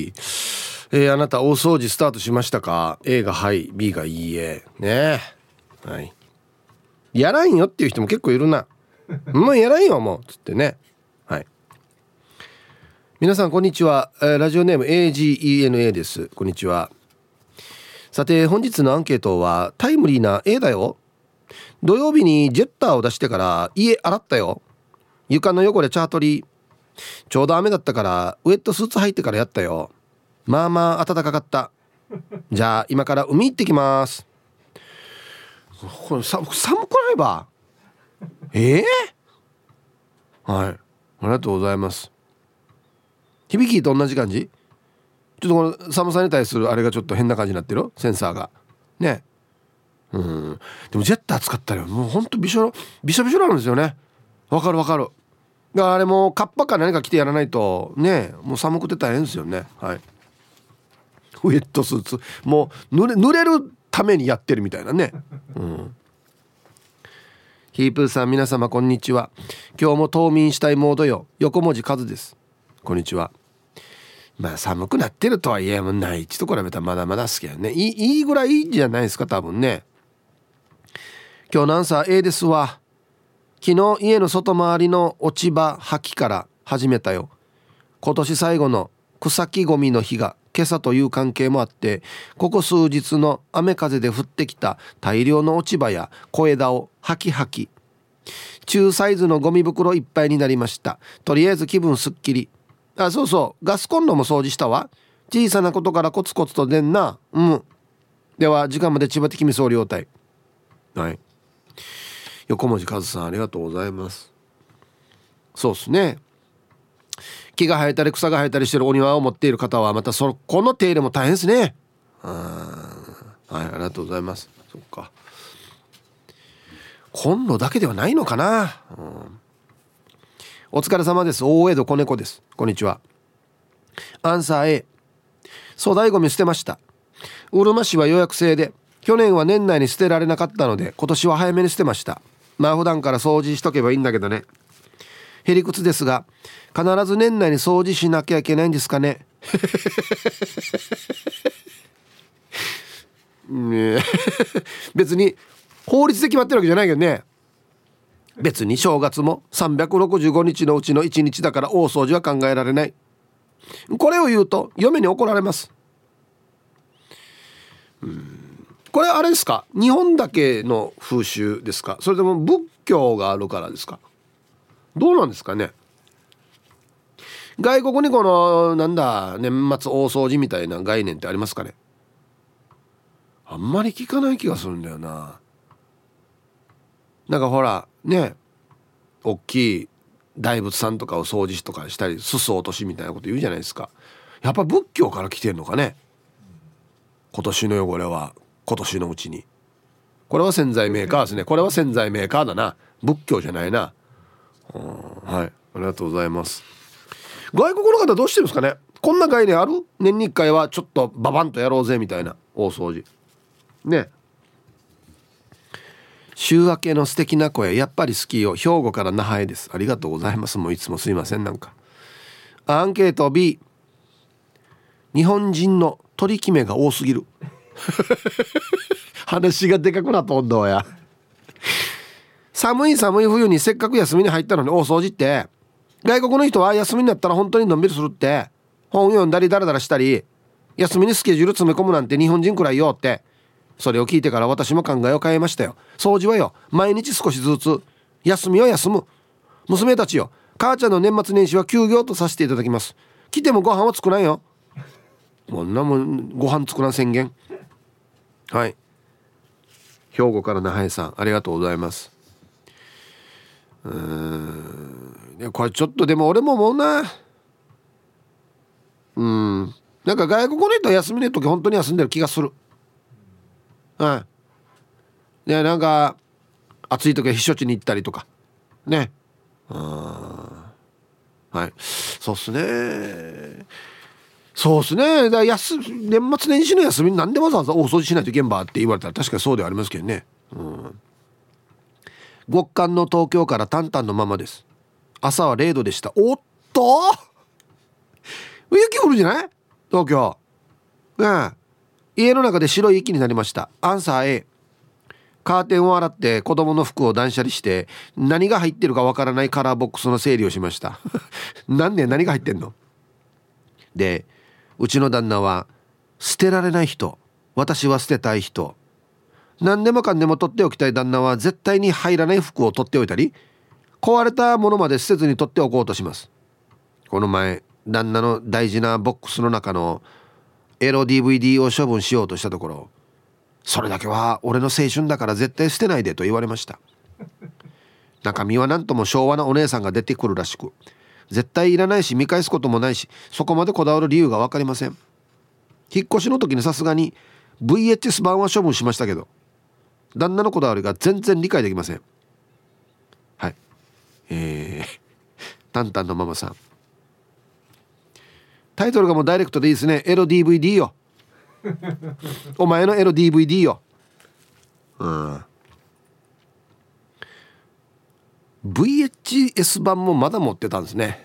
えー、あなた大掃除スタートしましたか。 A がはい B がいいえね。はい、やらんよっていう人も結構いるなもうやらんよもうつってね。はい、皆さんこんにちは、えー、ラジオネーム エージーイーエヌエー です。こんにちは。さて本日のアンケートはタイムリーな A だよ。土曜日にジェッターを出してから家洗ったよ。床の汚れチャートリー、ちょうど雨だったからウェットスーツ履いてからやったよ。まあまあ暖かかった。じゃあ今から海行ってきます。これさ寒くないばええー、はい、ありがとうございます。響きと同じ感じ。ちょっとこの寒さに対するあれがちょっと変な感じになってるセンサーがね。うんでもジェッター使ったらもうほんとびしょびしょびしょなんですよね。わかるわかる。だからあれもカッパか何か着てやらないとね、もう寒くて大変ですよね。はい、ウェットスーツもう濡れ、濡れるためにやってるみたいなね、うん、ヒープーさん皆様こんにちは。今日も冬眠したいモードよ。横文字数です。こんにちは。まあ寒くなってるとはいえもう内地と比べたらまだまだ好きやね。いい、いいぐらいじゃないですか多分ね。今日のアンサー A ですわ。昨日家の外回りの落ち葉掃きから始めたよ。今年最後の草木ゴミの日が今朝という関係もあって、ここ数日の雨風で降ってきた大量の落ち葉や小枝をはきはき中サイズのゴミ袋いっぱいになりました。とりあえず気分すっきり。あ、そうそう、ガスコンロも掃除したわ。小さなことからコツコツと出んな。うん。では時間まで千葉的み総領隊。はい、横文字和さんありがとうございます。そうですね、木が生えたり草が生えたりしてるお庭を持っている方はまたそこの手入れも大変ですね。あ、はい、ありがとうございます。そっか、コンロだけではないのかな、うん、 お疲れ様です。大江戸子猫です。こんにちは。アンサー A、 粗大ゴミ捨てました。うるま市は予約制で去年は年内に捨てられなかったので今年は早めに捨てました。まあ普段から掃除しとけばいいんだけどね。へりくつですが必ず年内に掃除しなきゃいけないんですかね。ね別に法律で決まってるわけじゃないけどね。別に正月もさんびゃくろくじゅうごにちのうちのいちにちだから大掃除は考えられない。これを言うと嫁に怒られます。うーん、これあれですか、日本だけの風習ですか、それとも仏教があるからですか、どうなんですかね。外国にこのなんだ年末大掃除みたいな概念ってありますかね。あんまり聞かない気がするんだよな。なんかほらね、大きい大仏さんとかを掃除とかしたりすす落としみたいなこと言うじゃないですか。やっぱ仏教から来てんのかね。今年の汚れは今年のうちに。これは洗剤メーカーですね。これは洗剤メーカーだな、仏教じゃないな。はい、ありがとうございます。外国の方どうしてるんですかね。こんな概念ある？年にいっかいはちょっとババンとやろうぜみたいな大掃除ね。週明けの素敵な声やっぱり好きよ。兵庫から那覇へです。ありがとうございます。もういつもすいません。なんかアンケート B、 日本人の取り決めが多すぎる。話がでかくなった温度や。寒い寒い冬にせっかく休みに入ったのに大掃除って、外国の人は休みになったら本当にのんびりするって、本読んだりダラダラしたり休みにスケジュール詰め込むなんて日本人くらいよって。それを聞いてから私も考えを変えましたよ。掃除はよ毎日少しずつ、休みは休む。娘たちよ、母ちゃんの年末年始は休業とさせていただきます。来てもご飯は作らんよ。こんなもんご飯作らん宣言。はい、兵庫から那覇さんありがとうございます。うーん、これちょっとでも俺ももうな、うん、なんか外国の人は休みの時本当に休んでる気がする。はい、でなんか暑い時は避暑地に行ったりとかね。あ、はい、そうっすね。そうっすね。だから休年末年始の休みになんでわざわざ大掃除しないといけんばって言われたら確かにそうではありますけどね。うん、極寒の東京からタンタンのままです。朝はれいどでした。おっと雪降るじゃない東京ね。え家の中で白い息になりました。アンサー A、 カーテンを洗って子供の服を断捨離して何が入ってるかわからないカラーボックスの整理をしました。なんで何が入ってんので、うちの旦那は捨てられない人、私は捨てたい人。何でもかんでも取っておきたい旦那は絶対に入らない服を取っておいたり壊れたものまで捨てずに取っておこうとします。この前旦那の大事なボックスの中のエロ ディーブイディー を処分しようとしたところ、それだけは俺の青春だから絶対捨てないでと言われました。中身はなんとも昭和なお姉さんが出てくるらしく、絶対いらないし見返すこともないし、そこまでこだわる理由が分かりません。引っ越しの時にさすがに ブイエイチエス 版は処分しましたけど、旦那のこだわりが全然理解できません。はい、えー、タンタンのママさん、タイトルがもうダイレクトでいいですね。エロ ディーブイディー よ。お前のエロ ディーブイディー よ。うん。ブイエイチエス 版もまだ持ってたんですね。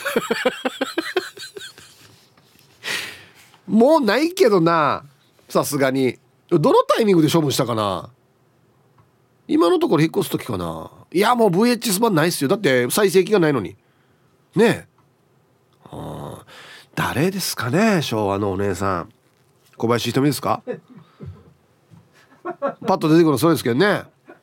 もうないけどな、さすがに。どのタイミングで処分したかな。今のところ引っ越す時かな。いやもう ブイエイチエス 版ないっすよ。だって再生機がないのにねえ。あ、誰ですかね、昭和のお姉さん。小林ひとみですか。パッと出てくるのそうですけどね。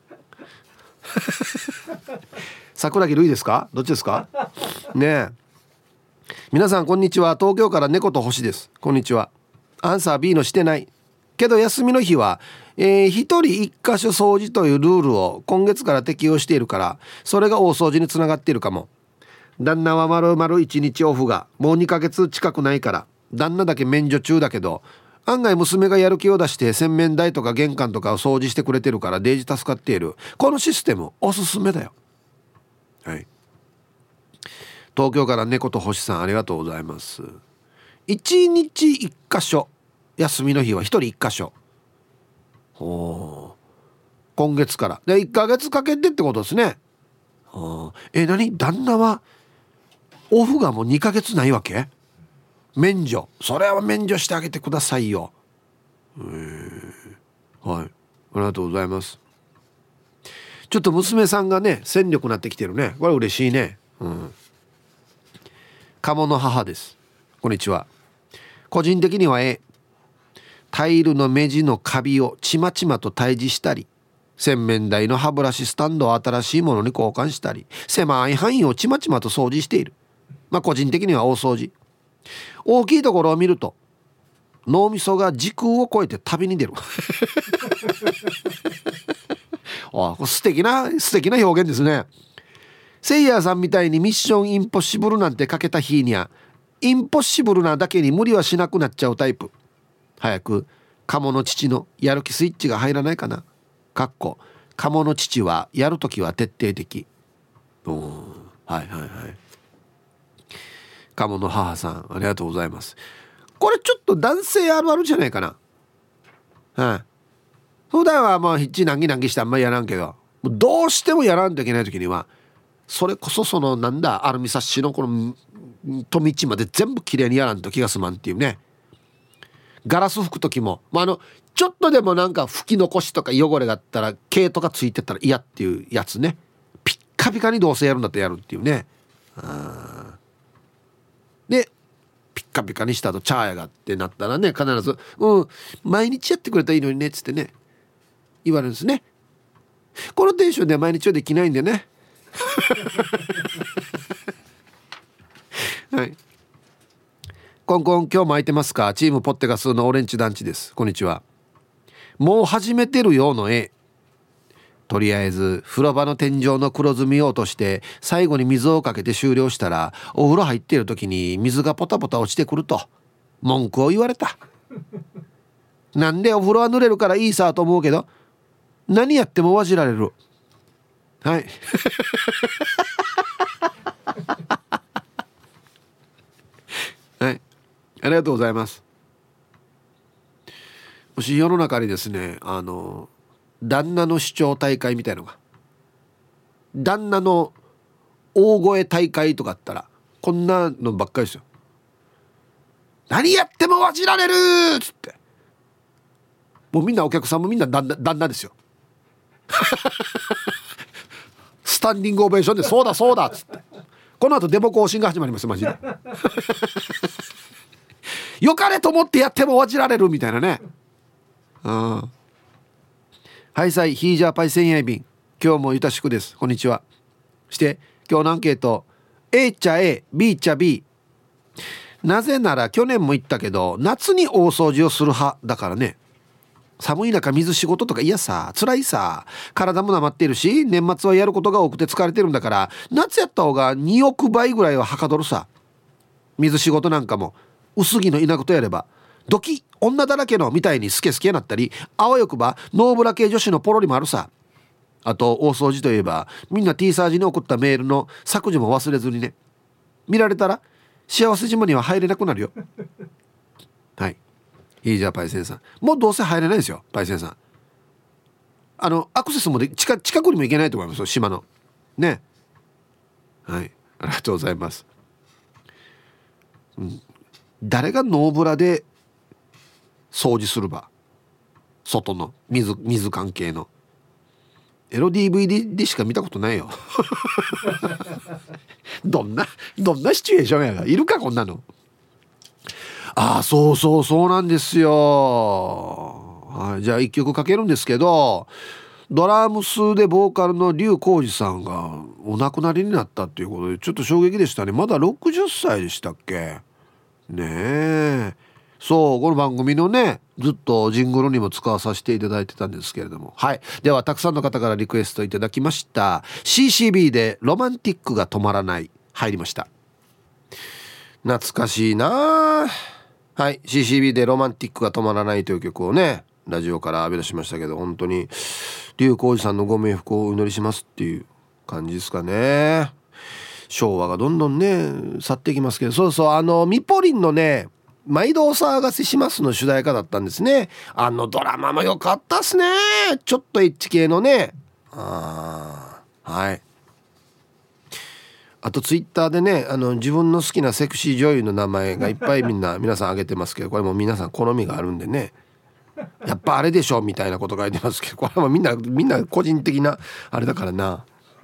桜木瑠衣ですか、どっちですかねえ。皆さんこんにちは。東京から猫と星です。こんにちは。アンサー B のしてないけど休みの日は、えー、一人一箇所掃除というルールを今月から適用しているから、それが大掃除につながっているかも。旦那は丸々いちにちオフがもうにかげつ近くないから旦那だけ免除中だけど、案外娘がやる気を出して洗面台とか玄関とかを掃除してくれてるからデージ助かっている。このシステムおすすめだよ。はい、 東京から猫と星さん、ありがとうございます。いちにちいっかしょ、休みの日はひとりいっかしょ。ほう、今月からでいっかげつかけてってことですね。はあ、え、何、旦那はオフがもうにかげつないわけ？免除、それは免除してあげてくださいよ。へー、はい、ありがとうございます。ちょっと娘さんがね戦力になってきてるね。これ嬉しいね。うん。鴨の母です。こんにちは。個人的にはえタイルの目地のカビをちまちまと退治したり、洗面台の歯ブラシスタンドを新しいものに交換したり、狭い範囲をちまちまと掃除している。まあ個人的には大掃除。大きいところを見ると脳みそが時空を超えて旅に出るあ、素敵な素敵な表現ですね。セイヤーさんみたいにミッションインポッシブルなんてかけた日にはインポッシブルなだけに無理はしなくなっちゃうタイプ。早く鴨の父のやる気スイッチが入らないかな。かっこ鴨の父はやるときは徹底的。うん、はいはいはい。鴨の母さん、ありがとうございます。これちょっと男性あるあるじゃないかな。はい、普段はまあヒッチ難儀難儀してあんまりやらんけど、どうしてもやらんといけない時にはそれこそそのなんだアルミサッシのこの戸道まで全部きれいにやらんと気が済まんっていうね。ガラス拭く時も、まあ、あのちょっとでもなんか拭き残しとか汚れがあったら毛とかついてたら嫌っていうやつね。ピッカピカにどうせやるんだとやるっていうね。あでピッカピカにした後チャーヤがってなったらね、必ずうん毎日やってくれたらいいのにねっつってね言われるんですね。このテンションでは毎日はできないんでねはい。コンコン、今日も空いてますか？チームポッテガスのオレンジ団地です。こんにちは。もう始めてるようの絵。とりあえず風呂場の天井の黒ずみを落として最後に水をかけて終了したら、お風呂入っている時に水がポタポタ落ちてくると文句を言われた。なんでお風呂は濡れるからいいさと思うけど、何やってもわじられる。はいはい、ありがとうございます。もし世の中にですね、あの旦那の主張大会みたいのが、旦那の大声大会とかあったらこんなのばっかりですよ。何やってもわじられるっつって、もうみんなお客さんもみんな旦那、旦那ですよスタンディングオベーションでそうだそうだっつって、この後デモ行進が始まりますマジでよかれと思ってやってもわじられるみたいなね。うん。はいさいヒージャーパイセンヤイビン、今日もゆたしくです。こんにちは。して今日のアンケート A っちゃ A、 B っちゃ B。 なぜなら去年も言ったけど夏に大掃除をする派だからね。寒い中水仕事とか嫌さ、辛いさ、体もなまっているし年末はやることが多くて疲れてるんだから、夏やった方がにおくばいぐらいははかどるさ。水仕事なんかも薄着の稲子とやればドキ女だらけのみたいにスケスケになったり、あわよくばノーブラ系女子のポロリもあるさ。あと大掃除といえばみんな T サージに送ったメールの削除も忘れずにね。見られたら幸せ島には入れなくなるよはい、いいじゃあパイセンさん、もうどうせ入れないですよパイセンさん。あのアクセスもで 近, 近くにも行けないと思いますよ島のね。はい、ありがとうございます。うん、誰がノーブラで掃除するば、外の 水, 水関係のエロ ディーブイディー でしか見たことないよどんなどんなシチュエーションやがいるかこんなの。ああそうそうそうなんですよ。はい、じゃあ一曲かけるんですけど、ドラムスでボーカルの笠浩二さんがお亡くなりになったっていうことでちょっと衝撃でしたね。まだろくじゅっさいでしたっけねえ。そうこの番組のねずっとジングルにも使わさせていただいてたんですけれども、はい、ではたくさんの方からリクエストいただきました シーシービー でロマンティックが止まらない入りました。懐かしいな。はい、 シーシービー でロマンティックが止まらないという曲をねラジオから浴び出しましたけど、本当に笠浩二さんのご冥福をお祈りしますっていう感じですかね。 昭和がどんどんね去っていきますけど、そうそう、あのミポリンのね毎度お騒がせしますの主題歌だったんですね。あのドラマも良かったっすね。ちょっとエッチ系のね。あー、はい。あとツイッターでね、あの自分の好きなセクシー女優の名前がいっぱいみんな皆さん挙げてますけど、これも皆さん好みがあるんでね、やっぱあれでしょみたいなこと書いてますけど、これはみんなみんな個人的なあれだからな。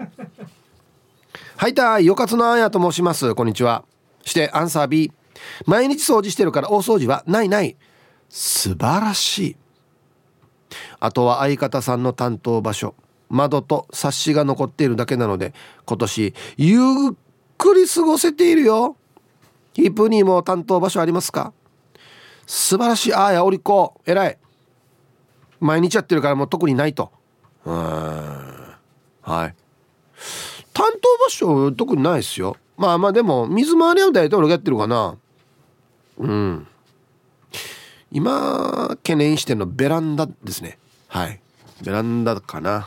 はい、たいよかつのあやと申します。こんにちは。してアンサー B、毎日掃除してるから大掃除はないない。素晴らしい。あとは相方さんの担当場所、窓と冊子が残っているだけなので今年ゆっくり過ごせているよ。ヒープにも担当場所ありますか？素晴らしい。あーやおりこ偉い。毎日やってるからもう特にないと。うーん、はい、担当場所特にないですよ。まあまあでも水回りは大体俺がやってるかな。うん、今懸念してるのベランダですね。はい、ベランダかな。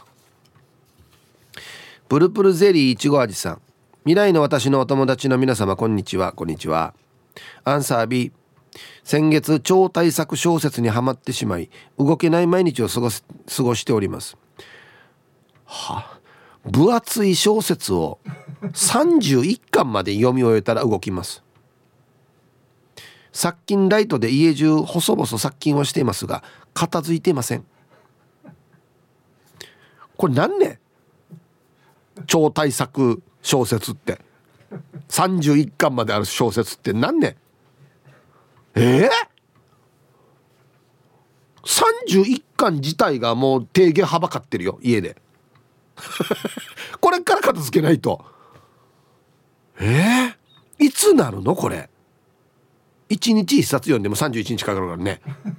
プルプルゼリーいちご味さん、未来の私のお友達の皆様こんにちは。こんにちは。アンサー B、 先月超大作小説にはまってしまい動けない毎日を過ごす過ごしております。は、分厚い小説をさんじゅういっかんまで読み終えたら動きます。殺菌ライトで家中細々殺菌をしていますが片付いていません。これ何ね、超大作小説ってさんじゅういっかんまである小説って何ね。えー、さんじゅういっかん自体がもう定義はばかってるよ家でこれから片付けないと。えー、いつなるのこれ。いちにちいっさつ読んでもさんじゅういちにちかかるからね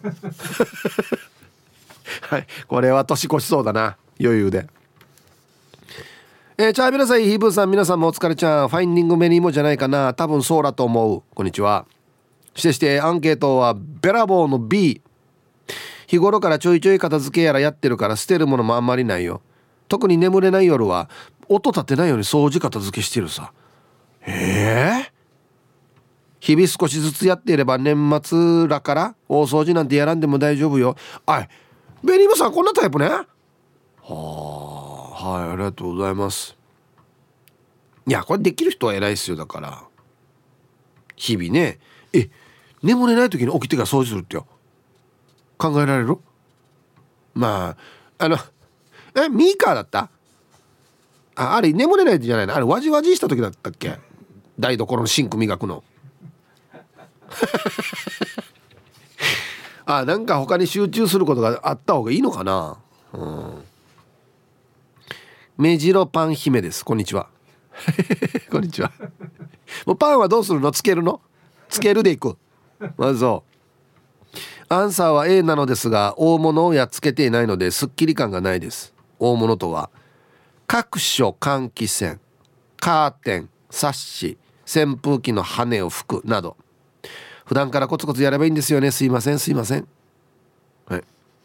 はい、これは年越しそうだな余裕で。えー、チャービラさん、ヒーブーさん、皆さんもお疲れちゃん。ファインディングメニーもじゃないかな、多分そうだと思う。こんにちは。してしてアンケートはベラボーの B。 日頃からちょいちょい片付けやらやってるから捨てるものもあんまりないよ。特に眠れない夜は音立てないように掃除片付けしてるさ。えー、日々少しずつやっていれば年末だから大掃除なんてやらんでも大丈夫よ。あい、ベニームさんこんなタイプね。はあ、はい、ありがとうございます。いやこれできる人は偉いですよ。だから日々ね、え眠れない時に起きてから掃除するってよ、考えられる？まああのえミーカーだった？ああれ眠れないじゃないの、あれわじわじした時だったっけ、台所のシンク磨くのあ、なんか他に集中することがあった方がいいのかな。うん、目白パン姫です。こんにちはこんにちは。もうパンはどうするの？つけるの？つけるでいく。まずそうアンサーは A なのですが、大物をやっつけていないのですっきり感がないです。大物とは各所換気扇、カーテン、サッシ、扇風機の羽を吹くなど普段からコツコツやればいいんですよね。すいませんすいません。はい、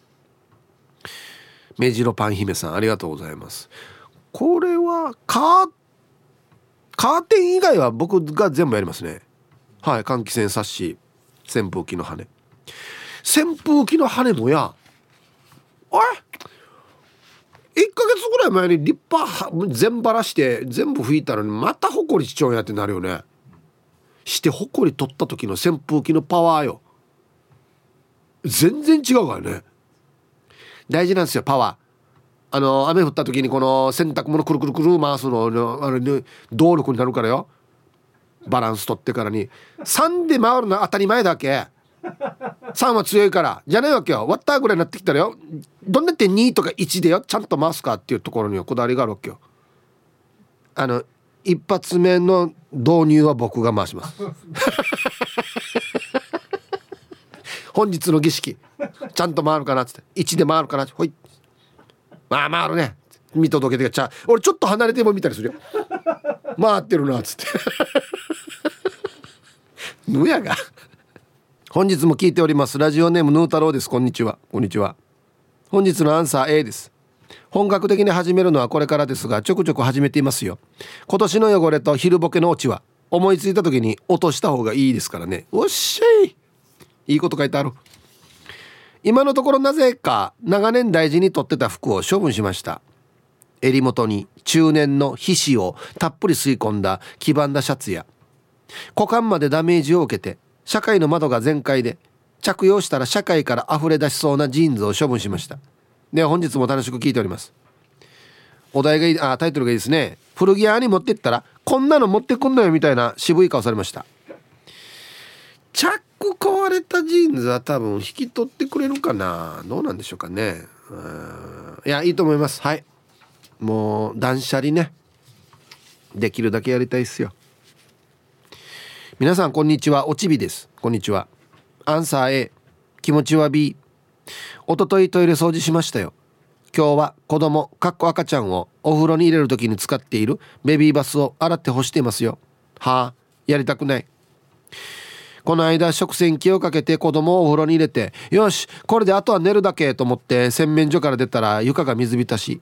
目白パン姫さんありがとうございます。これはカーカーテン以外は僕が全部やりますね。はい、換気扇、サッシ、扇風機の羽。扇風機の羽もや、あれいっかげつぐらい前に立派全ばらして全部拭いたのにまたホコリしちょんやってなるよね。してホコリ取った時の扇風機のパワーよ、全然違うからね。大事なんですよパワー。あの雨降った時にこの洗濯物くるくるくる回すのあれ、ね、動力になるからよ。バランス取ってからにさんで回るのは当たり前だけ。さんは強いからじゃないわけよ。ワッターぐらいになってきたらよ、どんなってにとかいちでよちゃんと回すかっていうところにはこだわりがあるわけよ。あの一発目の導入は僕が回します本日の儀式ちゃんと回るかなっつっていちで回るかなってほい、まあ回るね見届けてちゃ俺ちょっと離れても見たりするよ回ってるなっつってぬやが本日も聞いております。ラジオネームヌー太郎です。こんにちは。こんにちは。本日のアンサー A です。 本格的に始めるのはこれからですが、ちょくちょく始めていますよ。今年の汚れと昼ボケのオチは思いついた時に落とした方がいいですからね。おっしゃい、いいこと書いてある。今のところなぜか長年大事に取ってた服を処分しました。襟元に中年の皮脂をたっぷり吸い込んだ黄ばんだシャツや、股間までダメージを受けて社会の窓が全開で着用したら社会から溢れ出しそうなジーンズを処分しました。では本日も楽しく聞いております。お題がいい、あ、タイトルがいいですね。古着屋に持ってったらこんなの持ってくんのよみたいな渋い顔されました。チャック壊れたジーンズは多分引き取ってくれるかな、どうなんでしょうかね。うん、いや、いいと思います。はい、もう断捨離ね、できるだけやりたいっすよ。皆さんこんにちは、おちびです。こんにちは。アンサー A、 気持ちは B。 おとといトイレ掃除しましたよ。今日は子供かっこ赤ちゃんをお風呂に入れるときに使っているベビーバスを洗って干していますよ。はあ、やりたくない。この間食洗機をかけて子供をお風呂に入れて、よしこれであとは寝るだけと思って洗面所から出たら床が水浸し。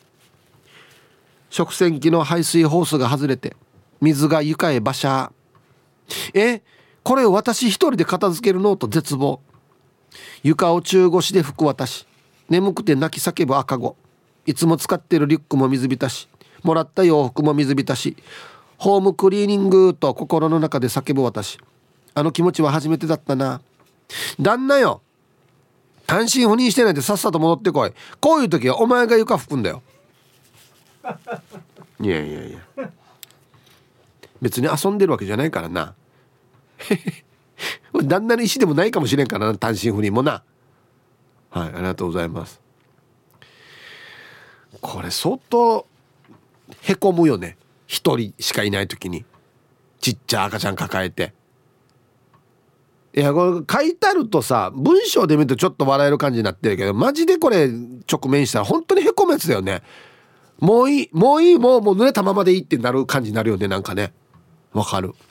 食洗機の排水ホースが外れて水が床へバシャー。え、これを私一人で片付けるのと絶望。床を中腰で拭く私、眠くて泣き叫ぶ赤子。いつも使ってるリュックも水浸し、もらった洋服も水浸し。ホームクリーニングと心の中で叫ぶ私。あの気持ちは初めてだったな。旦那よ、単身赴任してないでさっさと戻ってこい。こういう時はお前が床拭くんだよ。いやいやいや、別に遊んでるわけじゃないからな。旦那の意思でもないかもしれんからな、単身赴任もな。はい、ありがとうございます。これ相当へこむよね、一人しかいない時にちっちゃい赤ちゃん抱えて。いや、これ書いてあるとさ、文章で見るとちょっと笑える感じになってるけど、マジでこれ直面したら本当にへこむやつだよね。もういいもういいもうもう濡れたままでいいってなる感じになるよね、なんかね。わかる。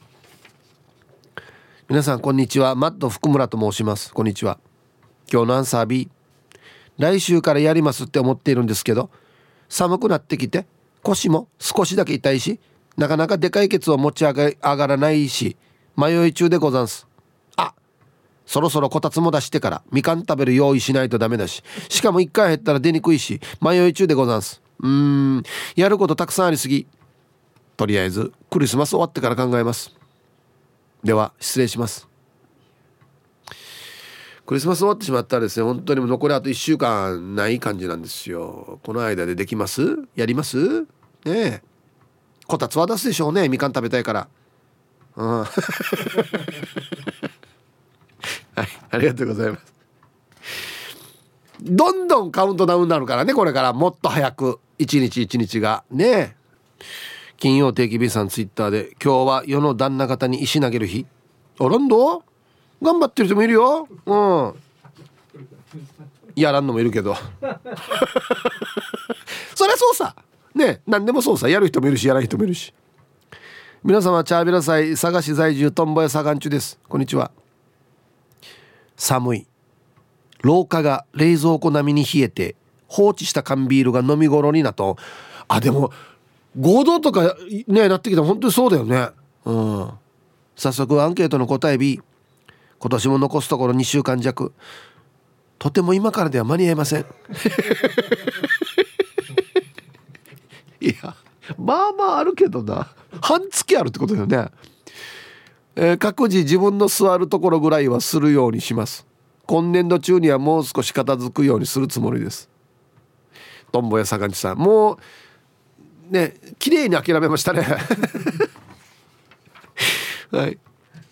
皆さんこんにちは、マッド福村と申します。こんにちは。今日のアンサー B。 来週からやりますって思っているんですけど、寒くなってきて腰も少しだけ痛いし、なかなかでかいケツを持ち上が上がらないし迷い中でござんす。あ、そろそろこたつも出してからみかん食べる用意しないとダメだし、しかもいっかい減ったら出にくいし迷い中でござんす。うーん、やることたくさんありすぎ。とりあえずクリスマス終わってから考えます。では失礼します。クリスマス終わってしまったらですね、本当に残りあといっしゅうかんない感じなんですよ。この間でできます？やりますねえ。こたつは出すでしょうね、みかん食べたいから。うん、はい、ありがとうございます。どんどんカウントダウンになるからね、これからもっと早く一日一日がね。金曜定期 B さんツイッターで、今日は世の旦那方に石投げる日。あらんど頑張ってる人もいるよ。うん、やらんのもいるけどそりゃそうさね、何でもそうさ、やる人もいるしやらない人もいるし。皆様チャービラ祭佐賀市在住トンボ屋左岸中です。こんにちは。寒い。廊下が冷蔵庫並みに冷えて放置した缶ビールが飲み頃になと。あ、でもごどとかねなってきたら本当にそうだよね。うん。早速アンケートの答え B。 今年も残すところにしゅうかん弱。とても今からでは間に合いませんいや、まあまああるけどな、半月あるってことだよね。えー、各自自分の座るところぐらいはするようにします。今年度中にはもう少し片付くようにするつもりです。トンボや坂地さん、もうね、綺麗に諦めましたねはい、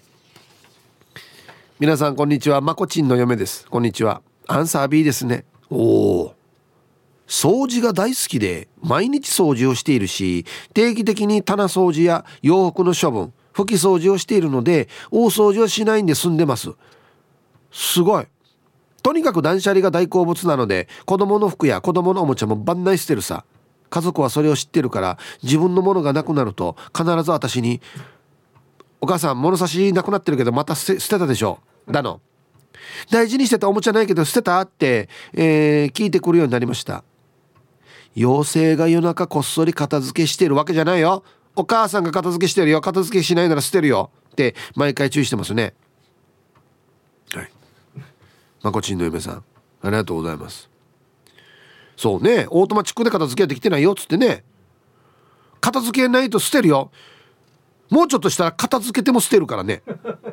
皆さんこんにちは、まこちんの嫁です。こんにちは。アンサー B ですね。おー、掃除が大好きで毎日掃除をしているし、定期的に棚掃除や洋服の処分、拭き掃除をしているので大掃除はしないんで済んでます。すごい。とにかく断捨離が大好物なので、子供の服や子供のおもちゃも万内捨てるさ。家族はそれを知ってるから、自分のものがなくなると必ず私に、お母さん物差しなくなってるけどまた捨て、捨てたでしょだの、大事にしてたおもちゃないけど捨てたって、えー、聞いてくるようになりました。 妖精が夜中こっそり片付けしてるわけじゃないよ。お母さんが片付けしてるよ。片付けしないなら捨てるよって毎回注意してますね。はい、まこちんの嫁さんありがとうございます。そうね、オートマチックで片付けできてないよっつってね。片付けないと捨てるよ。もうちょっとしたら片付けても捨てるからね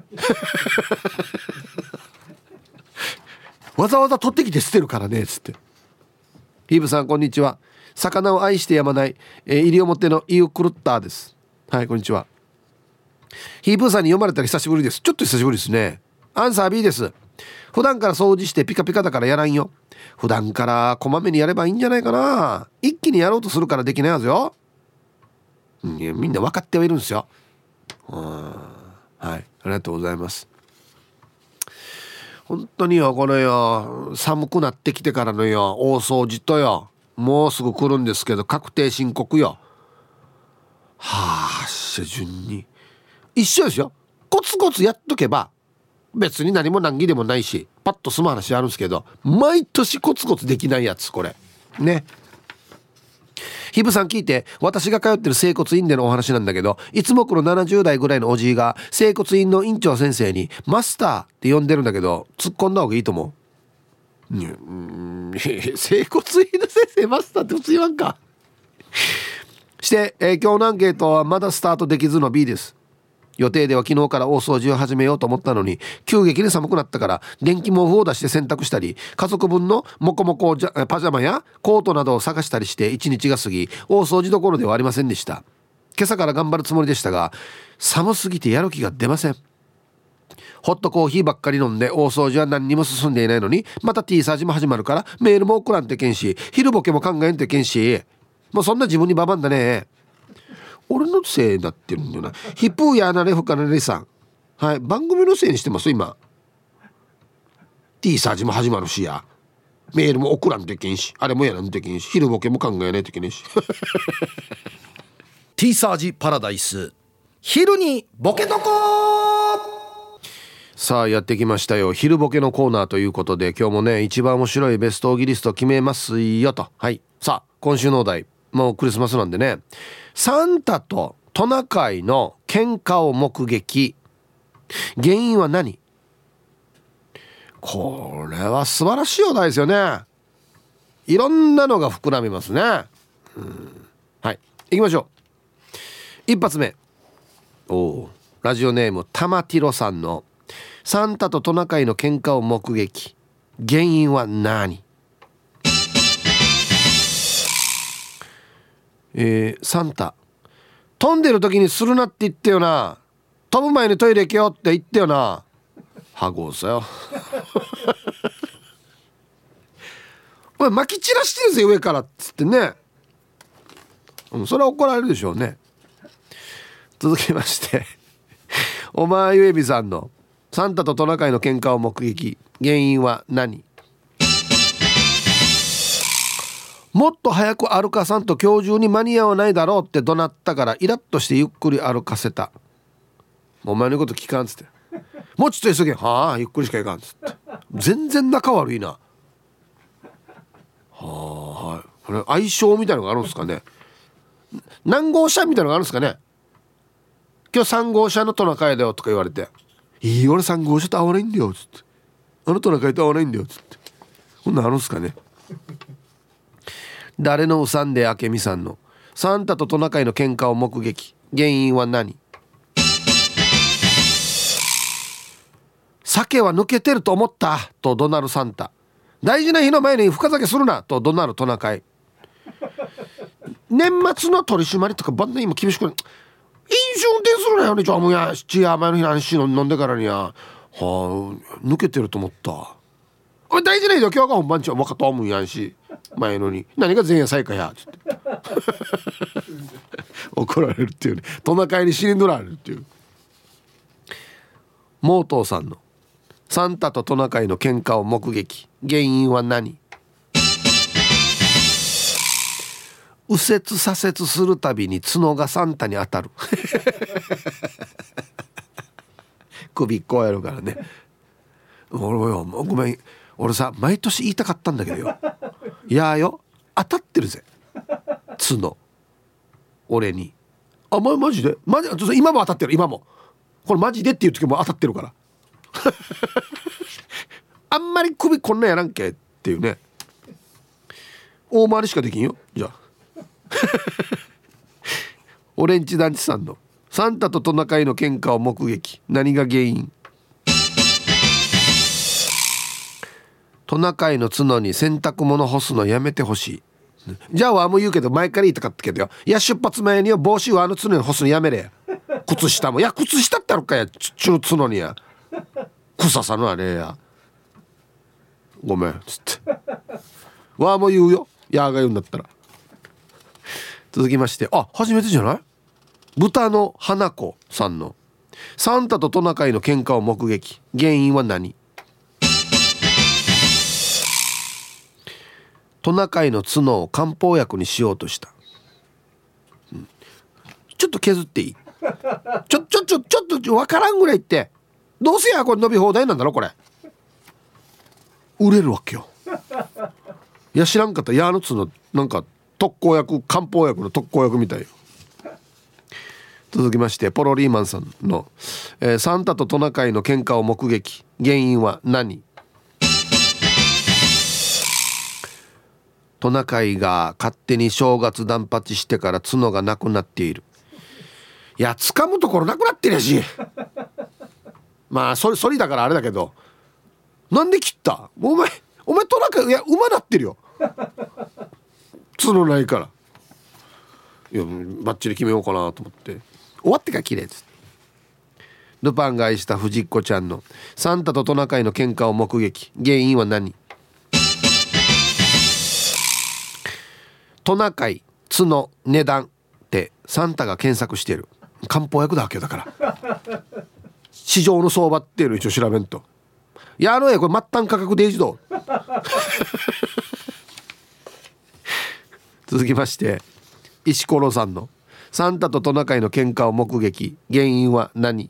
わざわざ取ってきて捨てるからねっつって。ヒーブさんこんにちは。魚を愛してやまない、えー、西表のイウクルッターです。はい、こんにちは。ヒーブさんに読まれたら久しぶりです。ちょっと久しぶりですね。アンサー B です。普段から掃除してピカピカだからやらんよ。普段からこまめにやればいいんじゃないかな。一気にやろうとするからできないはずよ。いやみんな分かってはいるんですよ。はい、ありがとうございます。本当によ、このよ寒くなってきてからのよ大掃除とよもうすぐ来るんですけど確定申告よ。はあ、し順に一緒ですよ。コツコツやっとけば別に何も難儀でもないしパッと済む話あるんですけど、毎年コツコツできないやつこれね。ヒブさん聞いて、私が通ってる整骨院でのお話なんだけど、いつも来るななじゅう代ぐらいのおじいが整骨院の院長先生にマスターって呼んでるんだけど、突っ込んだ方がいいと思う。うーん整骨院の先生マスターって普通言わんかして、えー、今日のアンケートはまだスタートできずの B です。予定では昨日から大掃除を始めようと思ったのに急激に寒くなったから電気毛布を出して洗濯したり、家族分のモコモコじゃパジャマやコートなどを探したりして一日が過ぎ、大掃除どころではありませんでした。今朝から頑張るつもりでしたが寒すぎてやる気が出ません。ホットコーヒーばっかり飲んで大掃除は何にも進んでいないのに、また T サージも始まるからメールも送らんといけんし、昼ボケも考えんといけんし、もうそんな自分にババンだね。俺のせいになってるんだよな。ヒップーやなれふかなれさん、はい、番組のせいにしてます今。 T サージも始まるしや、メールも送らんといけんし、あれもやらんといけんし、昼ボケも考えないといけないし T サージパラダイス、昼にボケとこ。 さあやってきましたよ、昼ボケのコーナーということで、今日もね一番面白いベストオギリスト決めますよと。はい、さあ今週のお題、もうクリスマスなんでね、サンタとトナカイの喧嘩を目撃、原因は何。これは素晴らしいお題ですよね。いろんなのが膨らみますね。うん、はい行きましょう。一発目、おラジオネームタマティロさんのサンタとトナカイの喧嘩を目撃、原因は何。えー、サンタ飛んでる時にするなって言ってよな、飛ぶ前にトイレ行けよって言ってよな、はごうさよお前撒き散らしてるぜ上からっつってね、うん、それは怒られるでしょうね。続きましておまゆえびさんのサンタとトナカイの喧嘩を目撃、原因は何。もっと早く歩かさんと今日中に間に合わないだろうって怒鳴ったからイラッとしてゆっくり歩かせた。お前のこと聞かんっつって、もうちょっと急げ、はあゆっくりしか行かんっつって、全然仲悪いな。はあ、はい、これ相性みたいなのがあるんですかね。何号車みたいなのがあるんですかね。今日さん号車のトナカイだよとか言われて、いい俺さん号車と合わないんだよっつって、あのトナカイと合わないんだよっつって、こんなんあるんですかね。誰のうさんであけみさんのサンタとトナカイの喧嘩を目撃、原因は何。酒は抜けてると思ったと怒鳴るサンタ、大事な日の前に深酒するなと怒鳴るトナカイ。年末の取り締まりとかバンドにも厳しくない、飲酒運転するなよね、ちょもうや七夜前の日の話飲んでからにや、はあ抜けてると思った。お前大事な日だよ、今日が本番中は分かったもんやんし、前のに何が前夜祭かやつって怒られるっていうね、トナカイに尻塗られるっていう。モートーさんのサンタとトナカイの喧嘩を目撃、原因は何。右折左折するたびに角がサンタに当たる首こうやるからね。俺よごめん、俺さ毎年言いたかったんだけどよ、いやよ当たってるぜ角俺に。あ、ま、マジでマジ今も当たってる。今もこれマジでっていう時も当たってるからあんまり首こんなやらんけっていうね。大回りしかできんよじゃあオレンジ団地さんのサンタとトナカイの喧嘩を目撃。何が原因？トナカイの角に洗濯物干すのやめてほしい。じゃあはもう言うけど前から言いたかったけどよ。いや出発前によ帽子はあの角に干すのやめれや。靴下もいや靴下ってあるかやちちゅう角にや臭さのあれやごめんつってわあもう言うよやーが言うんだったら。続きましてあ初めてじゃない？豚の花子さんのサンタとトナカイの喧嘩を目撃。原因は何？トナカイの角を漢方薬にしようとした、うん、ちょっと削っていい？ちょちょちょちょっとわからんぐらいってどうせやこれ伸び放題なんだろこれ。売れるわけよ。いや知らんかったやーの角なんか特効薬漢方薬の特効薬みたいよ。続きましてポロリーマンさんの、えー、サンタとトナカイの喧嘩を目撃。原因は何？トナカイが勝手に正月断髪してから角がなくなっている。いや掴むところなくなってるやしまあそれそりだからあれだけどなんで切った？お前お前トナカイいや馬なってるよ角ないから。いやバッチリ決めようかなと思って終わってから綺麗です。ルパンが愛した藤子ちゃんのサンタとトナカイの喧嘩を目撃。原因は何？トナカイ角値段ってサンタが検索してる。漢方薬だわけだから市場の相場っていうの一応調べんと。いやあの絵これ末端価格デイジド続きまして石ころさんのサンタとトナカイの喧嘩を目撃。原因は何？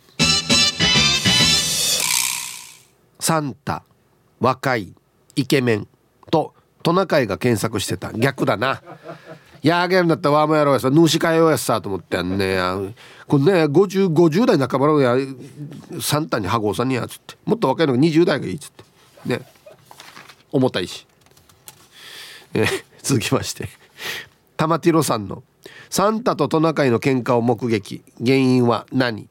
サンタ若いイケメンとトナカイが検索してた。逆だな。やーげるんだったらワームやろうやさヌーシカヨやさと思ってやんねやこれねごじゅう、ごじゅう代半ばのやサンタにハゴーさんにやつってもっと若いのがにじゅう代がいいっつってね重たいし、えー、続きまして玉ティロさんのサンタとトナカイの喧嘩を目撃。原因は何？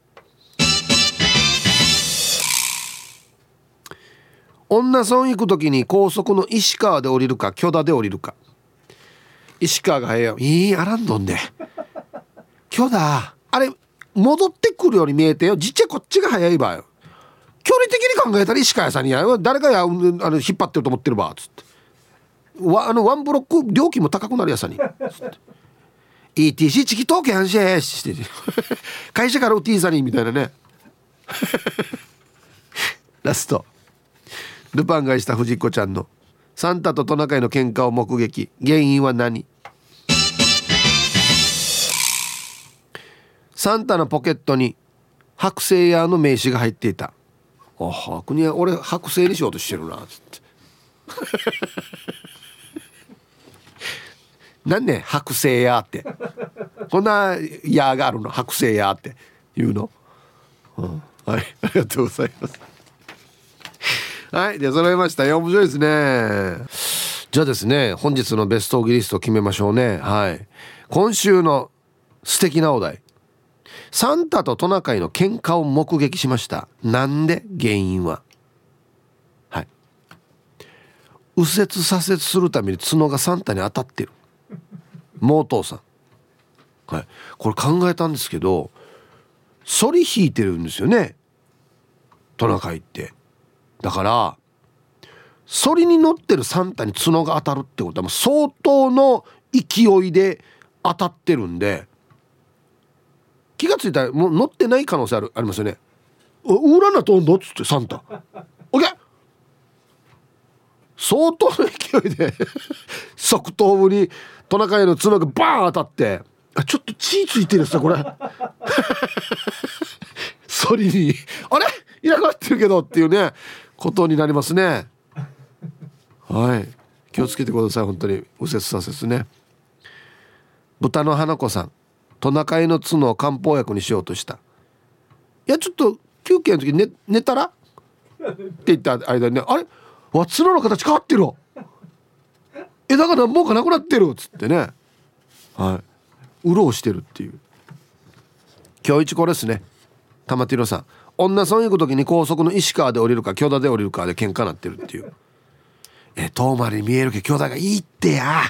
女村行く時に高速の石川で降りるか許田で降りるか。石川が早いよ。いいあらんどんで許田あれ戻ってくるように見えてよ実際こっちが早いばよ。距離的に考えたら石川さんにや誰がやあの引っ張ってると思ってるばつってわあのワンブロック料金も高くなるやさに イーティーシー チキ東京反射して会社からウティーサニーみたいなねラストルパンがした藤子ちゃんのサンタとトナカイの喧嘩を目撃。原因は何？サンタのポケットに剥製屋の名刺が入っていた。あは国は俺剥製にしようとしてるなつってなんね剥製屋ってこんな屋があるの剥製屋って言うの、うん、はいありがとうございますはいで揃いましたよ。面白いですね。じゃあですね本日のベストオギリストを決めましょうね。はい今週の素敵なお題サンタとトナカイの喧嘩を目撃しました。なんで？原因ははい右折左折するために角がサンタに当たってるモートーさん、はい、これ考えたんですけど反り引いてるんですよねトナカイって。だから反りに乗ってるサンタに角が当たるってことはもう相当の勢いで当たってるんで気がついたらもう乗ってない可能性あるありますよね。ウラナとんどっつってサンタオッケー相当の勢いで側頭部にトナカイの角がバーン当たってあちょっと血ついてるやつだこれ反りにあれいなくなってるけどっていうねことになりますね。はい気をつけてください本当に右折左折ね。 豚の花子さん、トナカイの角を漢方薬にしようとした。いやちょっと休憩の時に 寝, 寝たらって言った間にね、あれわ角の形変わってるわ、枝が何本かなくなってるっつってね、はい、潤してるっていう。今日一これですね。玉ティロさん、女村行く時に高速の石川で降りるか京田で降りるかで喧嘩なってるっていう。え遠回りに見えるけど京田がいいってや、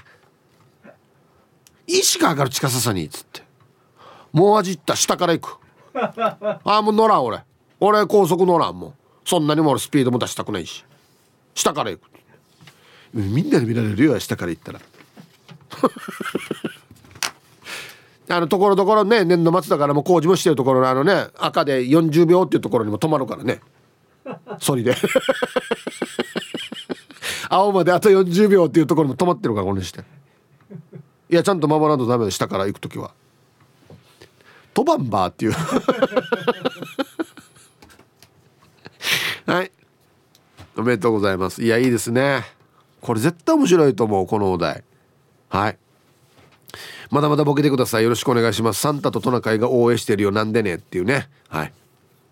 石川から近ささにっつって、もう味った下から行くああもう乗らん、俺俺高速乗らん、もうそんなにも俺スピードも出したくないし下から行く。みんなで見られるよ下から行ったらあのところどころね、年度末だからもう工事もしてるところのあのね赤でよんじゅうびょうっていうところにも止まるからね、そりで青まであとよんじゅうびょうっていうところにも止まってるからこれして、いやちゃんと守らんとダメだ、下から行くときはトバンバーっていうはい、おめでとうございます。いやいいですね、これ絶対面白いと思うこのお題。はい、まだまだボケてください、よろしくお願いします。サンタとトナカイが応援してるよなんでねっていうね。はい、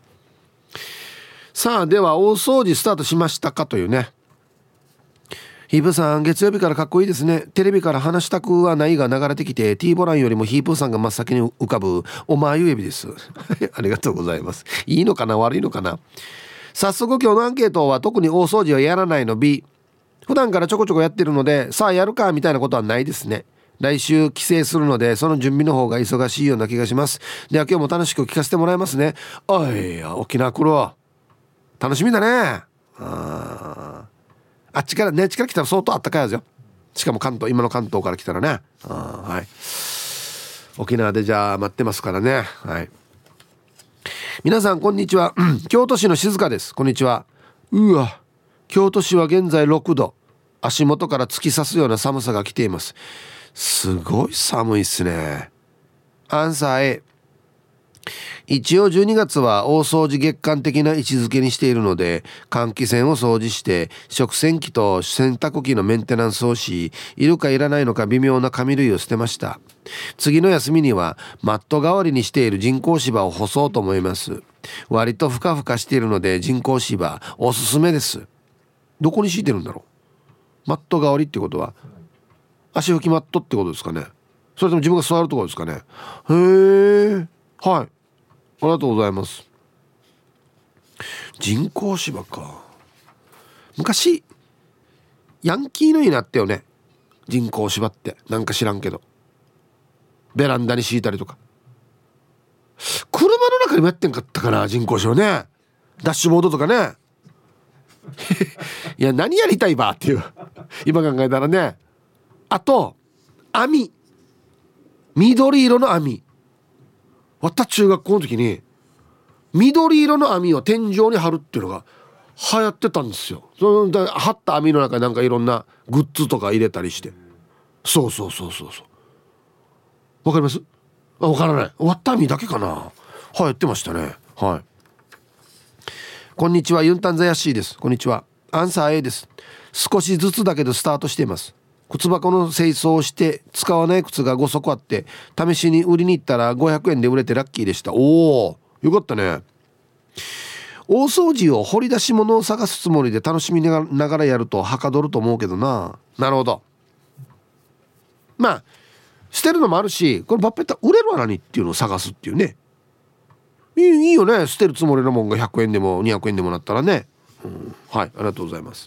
さあでは大掃除スタートしましたかというね。ヒープーさん月曜日からかっこいいですね。テレビから話したくはないが流れてきて T ボランよりもヒープーさんが真っ先に浮かぶおまゆえびですありがとうございます。いいのかな悪いのかな。早速今日のアンケートは特に大掃除はやらないの B。 普段からちょこちょこやってるのでさあやるかみたいなことはないですね。来週帰省するのでその準備の方が忙しいような気がします。では今日も楽しく聞かせてもらいますね。おい沖縄来るわ、楽しみだね。ああっちからね、あっちから来たら相当あったかいですよ。しかも関東、今の関東から来たらね、あ、はい、沖縄でじゃあ待ってますからね。はい、皆さんこんにちは京都市の静香です。こんにちは。うわ京都市は現在ろくど、足元から突き刺すような寒さが来ています。すごい寒いっすね。アンサー A。 一応じゅうにがつは大掃除月間的な位置づけにしているので換気扇を掃除して食洗機と洗濯機のメンテナンスをし、いるかいらないのか微妙な紙類を捨てました。次の休みにはマット代わりにしている人工芝を干そうと思います。割とふかふかしているので人工芝おすすめです。どこに敷いてるんだろう。マット代わりってことは足拭きマットってことですかね。それとも自分が座るところですかね。へえ、はい、ありがとうございます。人工芝か。昔ヤンキーの家にあったよね、人工芝って。なんか知らんけどベランダに敷いたりとか、車の中にもやってんかったかな人工芝ね。ダッシュボードとかねいや何やりたいばっていう今考えたらね。あと網、緑色の網、私中学校の時に緑色の網を天井に貼るっていうのが流行ってたんですよ。その貼った網の中になんかいろんなグッズとか入れたりして、そうそうそうそうそう、わかります？あ、わからない。割った網だけかな。流行ってましたね。はい、こんにちはユンタンザヤッシーです。こんにちは。アンサー A です。少しずつだけどスタートしています。靴箱の清掃をして使わない靴がご足あって試しに売りに行ったらごひゃくえんで売れてラッキーでした。おーよかったね。大掃除を掘り出し物を探すつもりで楽しみながらやるとはかどると思うけどな。なるほど。まあ捨てるのもあるし、これバッペッタ売れるわ何っていうのを探すっていうね。いい、いいよね。捨てるつもりのもんがひゃくえんでもにひゃくえんでもなったらね、うん、はい、ありがとうございます。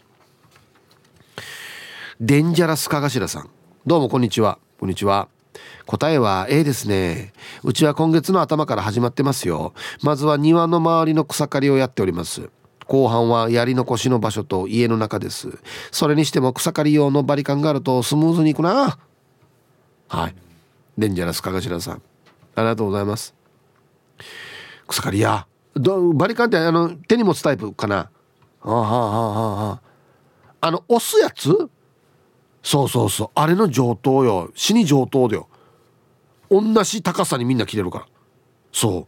デンジャラスかがしらさん、どうもこんにちは。こんにちは。答えは A ですね。うちは今月の頭から始まってますよ。まずは庭の周りの草刈りをやっております。後半はやり残しの場所と家の中です。それにしても草刈り用のバリカンがあるとスムーズにいくな。はい、デンジャラスかがしらさん、ありがとうございます。草刈りやどバリカンってあの手に持つタイプかな。はあはあはあはあ、あの押すやつ、そうそうそう、あれの上等よ。死に上等だよ。同じ高さにみんな切れるから。そう、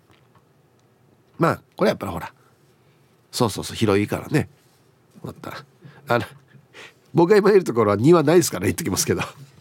まあこれやっぱりほら、そうそうそう、広いからね。またあの僕が今いるところは庭ないですからね、言っときますけど